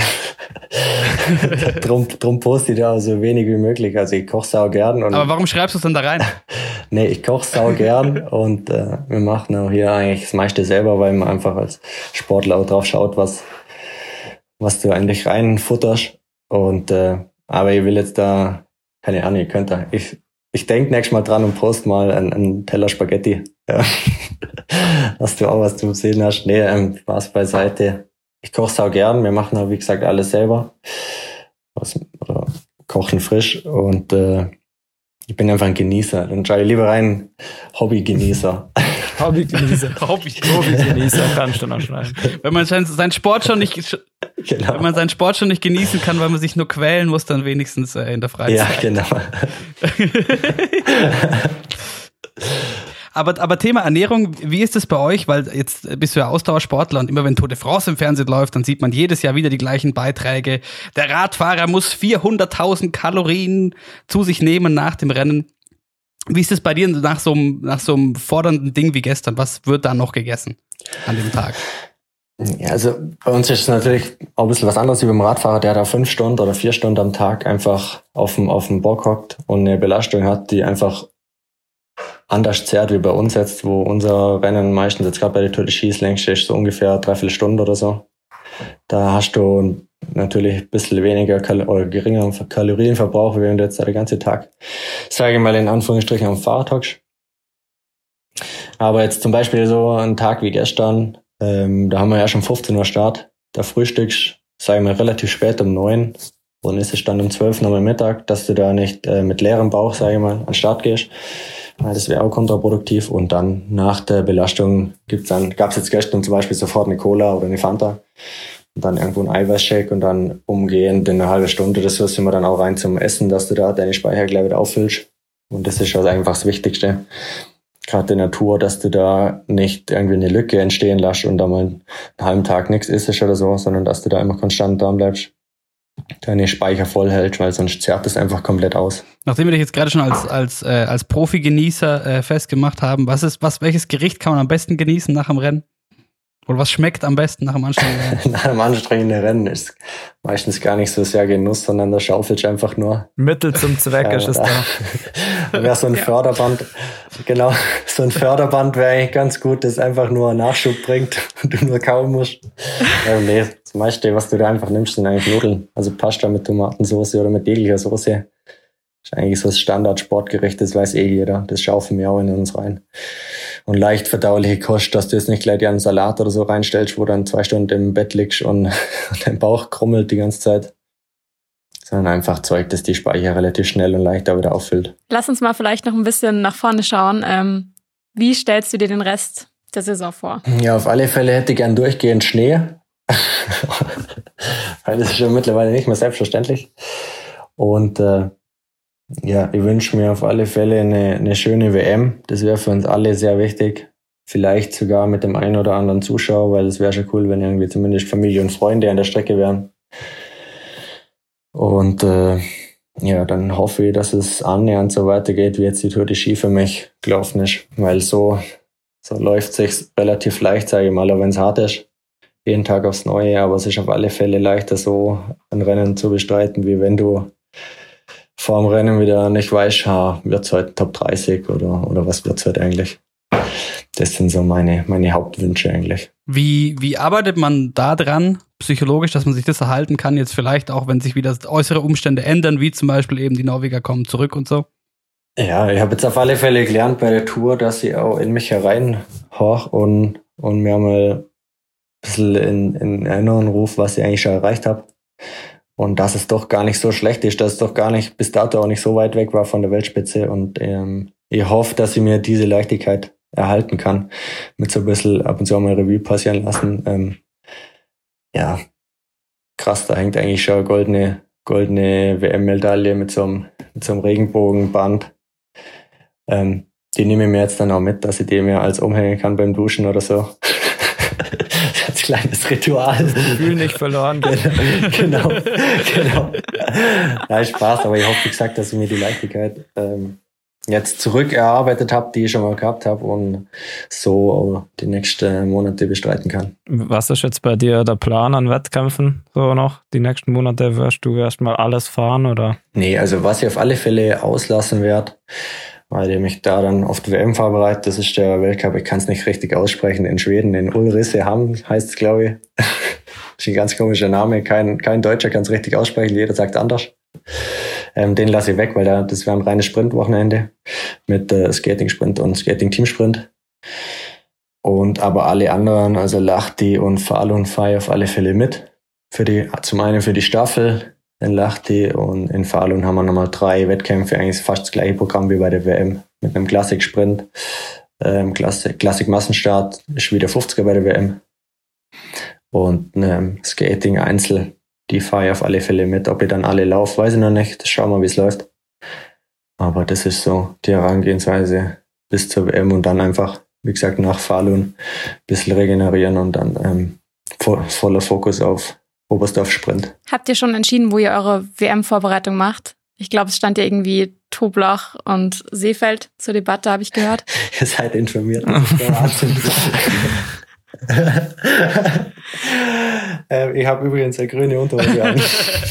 drum, drum poste ich da so wenig wie möglich. Also ich koche sau gern. Und aber warum schreibst du es dann da rein? Nee, ich koche sau gern und äh, wir machen auch hier eigentlich das meiste selber, weil man einfach als Sportler auch drauf schaut, was, was du eigentlich reinfutterst. Und äh, aber ich will jetzt da, keine Ahnung, ihr könnt da, ich, ich denke nächstes Mal dran und post mal einen, einen Teller Spaghetti. Ja. Dass du auch was zu sehen hast. Nee, ähm, Spaß beiseite. Ich koche sau gern. Wir machen auch, wie gesagt, alles selber. Was, oder kochen frisch. Und äh, ich bin einfach ein Genießer. Dann schaue ich lieber rein, Hobby-Genießer. Hobby-Genießer. Hobby-Genießer kannst du noch schreiben. Wenn man seinen Sport schon nicht, genau. Wenn man seinen Sport schon nicht genießen kann, weil man sich nur quälen muss, dann wenigstens äh, in der Freizeit. Ja, genau. Aber, aber Thema Ernährung, wie ist es bei euch? Weil jetzt bist du ja Ausdauersportler und immer wenn Tour de France im Fernsehen läuft, dann sieht man jedes Jahr wieder die gleichen Beiträge. Der Radfahrer muss vierhunderttausend Kalorien zu sich nehmen nach dem Rennen. Wie ist es bei dir nach so einem, nach so einem fordernden Ding wie gestern? Was wird da noch gegessen an dem Tag? Ja, also bei uns ist es natürlich auch ein bisschen was anderes wie beim Radfahrer, der da fünf Stunden oder vier Stunden am Tag einfach auf dem, auf dem Bock hockt und eine Belastung hat, die einfach anders zerrt wie bei uns jetzt, wo unser Rennen meistens jetzt gerade bei der Tour de Ski längst ist, so ungefähr dreiviertel Stunde oder so. Da hast du natürlich ein bisschen weniger Kal- oder geringeren Kalorienverbrauch, wie wenn du jetzt den ganzen Tag, sage ich mal in Anführungsstrichen, am Fahrrad hockst. Aber jetzt zum Beispiel so ein Tag wie gestern, ähm, da haben wir ja schon fünfzehn Uhr Start. Da frühstückst, sage ich mal, relativ spät um neun. Und ist es dann um zwölf nochmal Mittag, dass du da nicht äh, mit leerem Bauch, sage ich mal, an den Start gehst. Weil das wäre auch kontraproduktiv. Und dann nach der Belastung gibt's dann, gab's jetzt gestern zum Beispiel sofort eine Cola oder eine Fanta. Und dann irgendwo ein Eiweißshake und dann umgehend in eine halbe Stunde. Das wirst du immer dann auch rein zum Essen, dass du da deine Speicher gleich wieder auffüllst. Und das ist also einfach das Wichtigste. Gerade in der Natur, dass du da nicht irgendwie eine Lücke entstehen lässt und da mal einen halben Tag nichts isst oder so, sondern dass du da immer konstant dran bleibst, deine Speicher voll hältst, weil sonst zerrt es einfach komplett aus. Nachdem wir dich jetzt gerade schon als, als, äh, als Profi-Genießer äh, festgemacht haben, was ist, was, welches Gericht kann man am besten genießen nach dem Rennen? Oder was schmeckt am besten nach dem anstrengenden Rennen? Nach dem anstrengenden Rennen ist meistens gar nicht so sehr Genuss, sondern da schaufelst einfach nur. Mittel zum Zweck ja, ist es da. da. Wäre so ein ja. Förderband, genau, so ein Förderband wäre eigentlich ganz gut, das einfach nur Nachschub bringt und du nur kauen musst. Ja, nee, das meiste, was du da einfach nimmst, sind eigentlich Nudeln. Also Pasta mit Tomatensauce oder mit jeglicher Soße. Das ist eigentlich so das Standard-Sportgericht, das weiß eh jeder. Das schaufeln wir auch in uns rein. Und leicht verdauliche Kost, dass du jetzt nicht gleich dir einen Salat oder so reinstellst, wo dann zwei Stunden im Bett liegst und, und dein Bauch krummelt die ganze Zeit. Sondern einfach Zeug, das die Speicher relativ schnell und leicht da wieder auffüllt. Lass uns mal vielleicht noch ein bisschen nach vorne schauen. Ähm, wie stellst du dir den Rest der Saison vor? Ja, auf alle Fälle hätte ich gern durchgehend Schnee. Weil das ist schon mittlerweile nicht mehr selbstverständlich. Und äh, ja, ich wünsche mir auf alle Fälle eine, eine schöne W M. Das wäre für uns alle sehr wichtig. Vielleicht sogar mit dem einen oder anderen Zuschauer, weil es wäre schon cool, wenn irgendwie zumindest Familie und Freunde an der Strecke wären. Und äh, ja, dann hoffe ich, dass es annähernd so weitergeht, wie jetzt die Tour de Ski für mich gelaufen ist. Weil so, so läuft es sich relativ leicht, sage ich mal, auch wenn es hart ist. Jeden Tag aufs Neue, aber es ist auf alle Fälle leichter, so ein Rennen zu bestreiten, wie wenn du vor dem Rennen wieder nicht weißt, ha, wird's heute Top dreißig oder, oder was wird's heute eigentlich? Das sind so meine, meine Hauptwünsche eigentlich. Wie, wie arbeitet man da dran, psychologisch, dass man sich das erhalten kann, jetzt vielleicht auch, wenn sich wieder äußere Umstände ändern, wie zum Beispiel eben die Norweger kommen zurück und so? Ja, ich habe jetzt auf alle Fälle gelernt bei der Tour, dass ich auch in mich hereinhorch und, und mir mal ein bisschen in, in Erinnerung rufe, was ich eigentlich schon erreicht habe. Und dass es doch gar nicht so schlecht ist, dass es doch gar nicht bis dato auch nicht so weit weg war von der Weltspitze. Und ähm, ich hoffe, dass ich mir diese Leichtigkeit erhalten kann. Mit so ein bisschen ab und zu auch mal Revue passieren lassen. Ähm, ja, krass, da hängt eigentlich schon eine goldene, goldene W M-Medaille mit so einem, mit so einem Regenbogenband. Ähm, die nehme ich mir jetzt dann auch mit, dass ich die mir als umhängen kann beim Duschen oder so. Als kleines Ritual. Das Gefühl nicht verloren. genau, genau. Nein, Spaß, aber ich hoffe, wie gesagt, dass ich mir die Leichtigkeit ähm, jetzt zurückerarbeitet habe, die ich schon mal gehabt habe und so auch die nächsten Monate bestreiten kann. Was ist jetzt bei dir der Plan an Wettkämpfen so noch? Die nächsten Monate wirst du erstmal alles fahren, oder? Nee, also was ich auf alle Fälle auslassen werde, weil ich mich da dann auf die W M vorbereite, das ist der Weltcup, ich kann es nicht richtig aussprechen, in Schweden, in Ulricehamn heißt es, glaube ich. Das ist ein ganz komischer Name, kein, kein Deutscher kann es richtig aussprechen, jeder sagt anders. Ähm, den lasse ich weg, weil da, das wäre ein reines Sprintwochenende mit äh, Skating-Sprint und Skating-Team-Sprint. Und aber alle anderen, also Lahti und Falun fahre ich auf alle Fälle mit. Für die, zum einen für die Staffel in Lahti und in Falun haben wir nochmal drei Wettkämpfe, eigentlich fast das gleiche Programm wie bei der W M mit einem Klassik-Sprint. Ähm, Klassik, Klassik-Massenstart ist wieder fünfziger bei der W M. Und ähm, Skating-Einzel, die fahre ich auf alle Fälle mit. Ob ich dann alle laufe, weiß ich noch nicht. Schauen wir, wie es läuft. Aber das ist so die Herangehensweise bis zur W M und dann einfach, wie gesagt, nach Falun ein bisschen regenerieren und dann ähm, vo- voller Fokus auf Oberstdorf-Sprint. Habt ihr schon entschieden, wo ihr eure W M-Vorbereitung macht? Ich glaube, es stand ja irgendwie Toblach und Seefeld zur Debatte, habe ich gehört. Ihr seid informiert, das ist der Wahnsinn. ähm, ich habe übrigens eine grüne Unterhose an.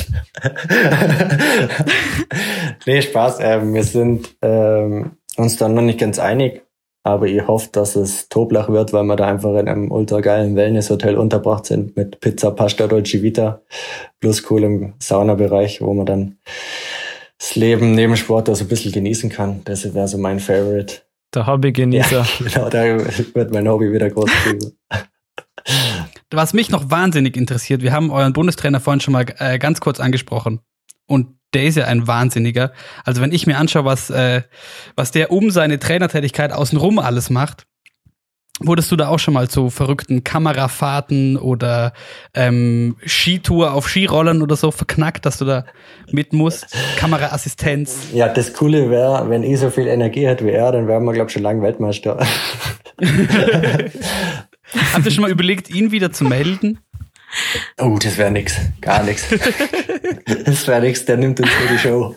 Nee, Spaß. Ähm, wir sind ähm, uns dann noch nicht ganz einig, aber ich hoffe, dass es Toblach wird, weil wir da einfach in einem ultra geilen Wellness-Hotel untergebracht sind mit Pizza, Pasta, Dolce Vita plus coolem Saunabereich, wo man dann das Leben neben Sport auch so ein bisschen genießen kann. Das wäre so mein Favorite. Der Hobbygenießer. Ja, genau, da wird mein Hobby wieder groß kriegen. Was mich noch wahnsinnig interessiert, wir haben euren Bundestrainer vorhin schon mal äh, ganz kurz angesprochen. Und der ist ja ein Wahnsinniger. Also wenn ich mir anschaue, was, äh, was der um seine Trainertätigkeit außenrum alles macht, wurdest du da auch schon mal zu verrückten Kamerafahrten oder ähm, Skitour auf Skirollern oder so verknackt, dass du da mit musst? Kameraassistenz. Ja, das Coole wäre, wenn ich so viel Energie hätte wie er, dann wären wir, glaube ich, schon lange Weltmeister. Habt ihr schon mal überlegt, ihn wieder zu melden? Oh, das wäre nix. Gar nix. Das wäre nix, der nimmt uns für die Show.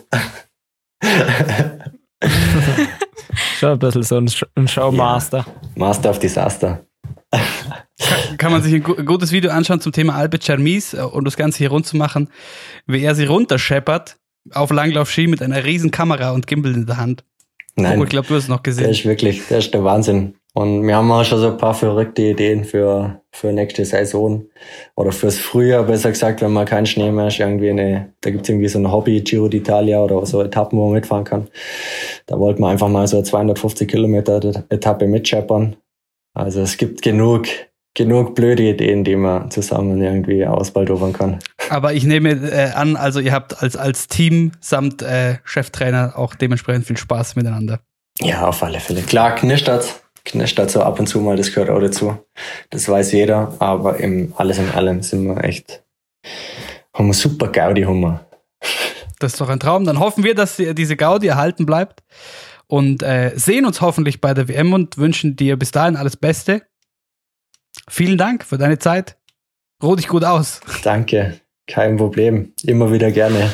Schon ein bisschen so ein, Sh- ein Showmaster. Ja. Master of Disaster. Kann, kann man sich ein gu- gutes Video anschauen zum Thema Albert Chermis und das Ganze hier rund zu machen, wie er sie runterscheppert auf Langlaufski mit einer riesen Kamera und Gimbal in der Hand. Nein, Oh, ich glaube, du hast es noch der gesehen. ist wirklich, der ist der Wahnsinn. Und wir haben auch schon so ein paar verrückte Ideen für, für nächste Saison oder fürs Frühjahr, besser gesagt, wenn man keinen Schnee mehr ist, irgendwie eine, da gibt's irgendwie so ein Hobby Giro d'Italia oder so Etappen, wo man mitfahren kann. Da wollten wir einfach mal so eine zweihundertfünfzig Kilometer Etappe mitscheppern. Also es gibt genug, genug blöde Ideen, die man zusammen irgendwie ausbaldowern kann. Aber ich nehme äh, an, also ihr habt als, als Team samt äh, Cheftrainer auch dementsprechend viel Spaß miteinander. Ja, auf alle Fälle. Klar, knistert's. Knistert's so ab und zu mal, das gehört auch dazu. Das weiß jeder, aber im alles in allem sind wir echt, haben wir super Gaudi, haben wir. Das ist doch ein Traum. Dann hoffen wir, dass die- diese Gaudi erhalten bleibt und äh, sehen uns hoffentlich bei der W M und wünschen dir bis dahin alles Beste. Vielen Dank für deine Zeit. Ruh dich gut aus. Danke, kein Problem. Immer wieder gerne.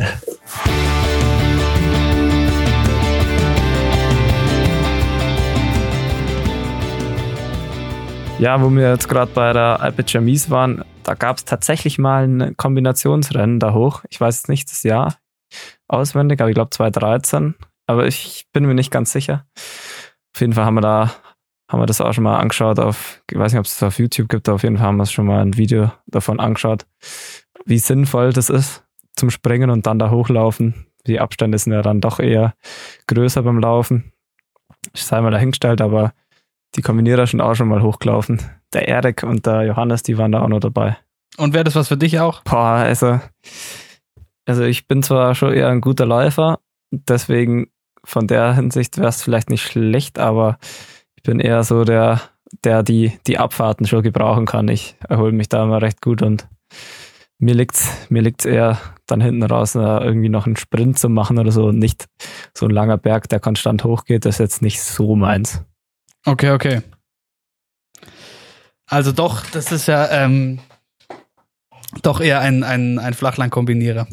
Ja, wo wir jetzt gerade bei der Alpe Chermis waren, da gab es tatsächlich mal ein Kombinationsrennen da hoch. Ich weiß jetzt nicht das Jahr auswendig, aber ich glaube zwanzig dreizehn. Aber ich bin mir nicht ganz sicher. Auf jeden Fall haben wir da, haben wir das auch schon mal angeschaut auf, ich weiß nicht, ob es das auf YouTube gibt, aber auf jeden Fall haben wir schon mal ein Video davon angeschaut, wie sinnvoll das ist zum Springen und dann da hochlaufen. Die Abstände sind ja dann doch eher größer beim Laufen. Ich sei mal dahingestellt, aber die Kombinierer sind auch schon mal hochgelaufen. Der Erik und der Johannes, die waren da auch noch dabei. Und wäre das was für dich auch? Boah, also, also ich bin zwar schon eher ein guter Läufer, deswegen von der Hinsicht wäre es vielleicht nicht schlecht, aber ich bin eher so der, der die, die Abfahrten schon gebrauchen kann. Ich erhole mich da immer recht gut und mir liegt's, mir liegt's eher dann hinten raus, irgendwie noch einen Sprint zu machen oder so. Nicht so ein langer Berg, der konstant hochgeht, das ist jetzt nicht so meins. Okay, okay. Also doch, das ist ja ähm, doch eher ein, ein, ein Flachlandkombinierer.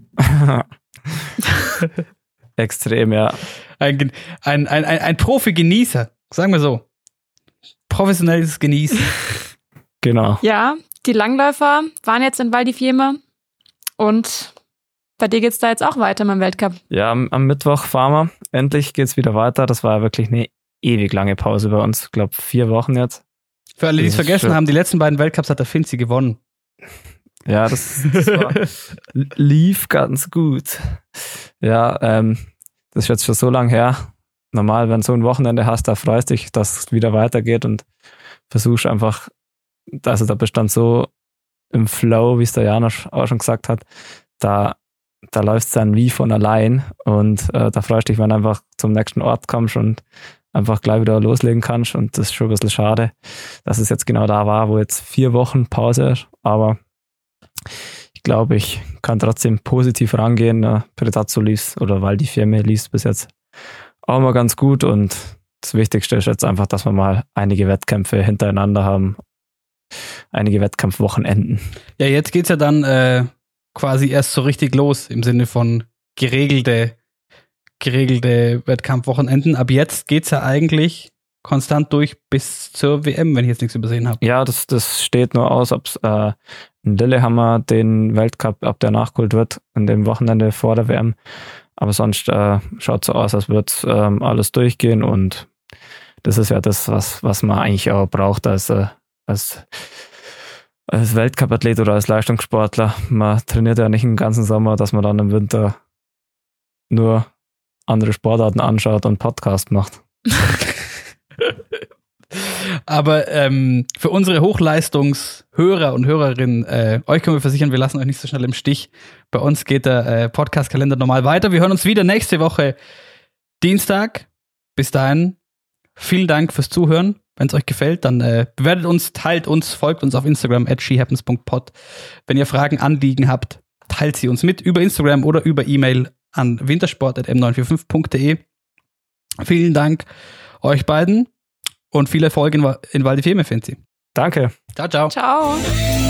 Extrem, ja. Ein, Gen- ein, ein, ein, ein Profi-Genießer, sagen wir so. Professionelles Genießen. Genau. Ja, die Langläufer waren jetzt in Val di Fiemme und bei dir geht's da jetzt auch weiter mit dem Weltcup. Ja, am, am Mittwoch fahren wir. Endlich geht's wieder weiter. Das war ja wirklich eine ewig lange Pause bei uns. Ich glaube, vier Wochen jetzt. Für alle, die es Das ist vergessen schön. haben, die letzten beiden Weltcups hat der Finzi gewonnen. Ja, das, das war, lief ganz gut. Ja, ähm, das ist jetzt schon so lange her. Normal, wenn du so ein Wochenende hast, da freust du dich, dass es wieder weitergeht und versuchst einfach, also da bist du dann so im Flow, wie es der Janosch auch schon gesagt hat, da, da läuft es dann wie von allein und äh, da freust du dich, wenn du einfach zum nächsten Ort kommst und einfach gleich wieder loslegen kannst und das ist schon ein bisschen schade, dass es jetzt genau da war, wo jetzt vier Wochen Pause ist, aber ich glaube, ich kann trotzdem positiv rangehen. Predazzo lief oder Val di Fiemme lief bis jetzt auch mal ganz gut und das Wichtigste ist jetzt einfach, dass wir mal einige Wettkämpfe hintereinander haben. Einige Wettkampfwochenenden. Ja, jetzt geht's ja dann äh, quasi erst so richtig los im Sinne von geregelte, geregelte Wettkampfwochenenden. Ab jetzt geht's ja eigentlich konstant durch bis zur W M, wenn ich jetzt nichts übersehen habe. Ja, das, das steht nur aus, ob es äh, in Lillehammer den Weltcup, ob der nachgeholt wird, in dem Wochenende vor der W M. Aber sonst äh, schaut so aus, als würde ähm, alles durchgehen und das ist ja das, was, was man eigentlich auch braucht als, äh, als, als Weltcup-Athlet oder als Leistungssportler. Man trainiert ja nicht den ganzen Sommer, dass man dann im Winter nur andere Sportarten anschaut und Podcast macht. Aber ähm, für unsere Hochleistungshörer und Hörerinnen, äh, euch können wir versichern, wir lassen euch nicht so schnell im Stich. Bei uns geht der äh, Podcast-Kalender normal weiter. Wir hören uns wieder nächste Woche Dienstag. Bis dahin, vielen Dank fürs Zuhören. Wenn es euch gefällt, dann äh, bewertet uns, teilt uns, folgt uns auf Instagram at she happens dot pod. Wenn ihr Fragen, Anliegen habt, teilt sie uns mit über Instagram oder über E-Mail an wintersport at m neun vier fünf punkt de. Vielen Dank euch beiden und viel Erfolg in, in Val di Fiemme, Finzi. Danke. Ciao, ciao. Ciao.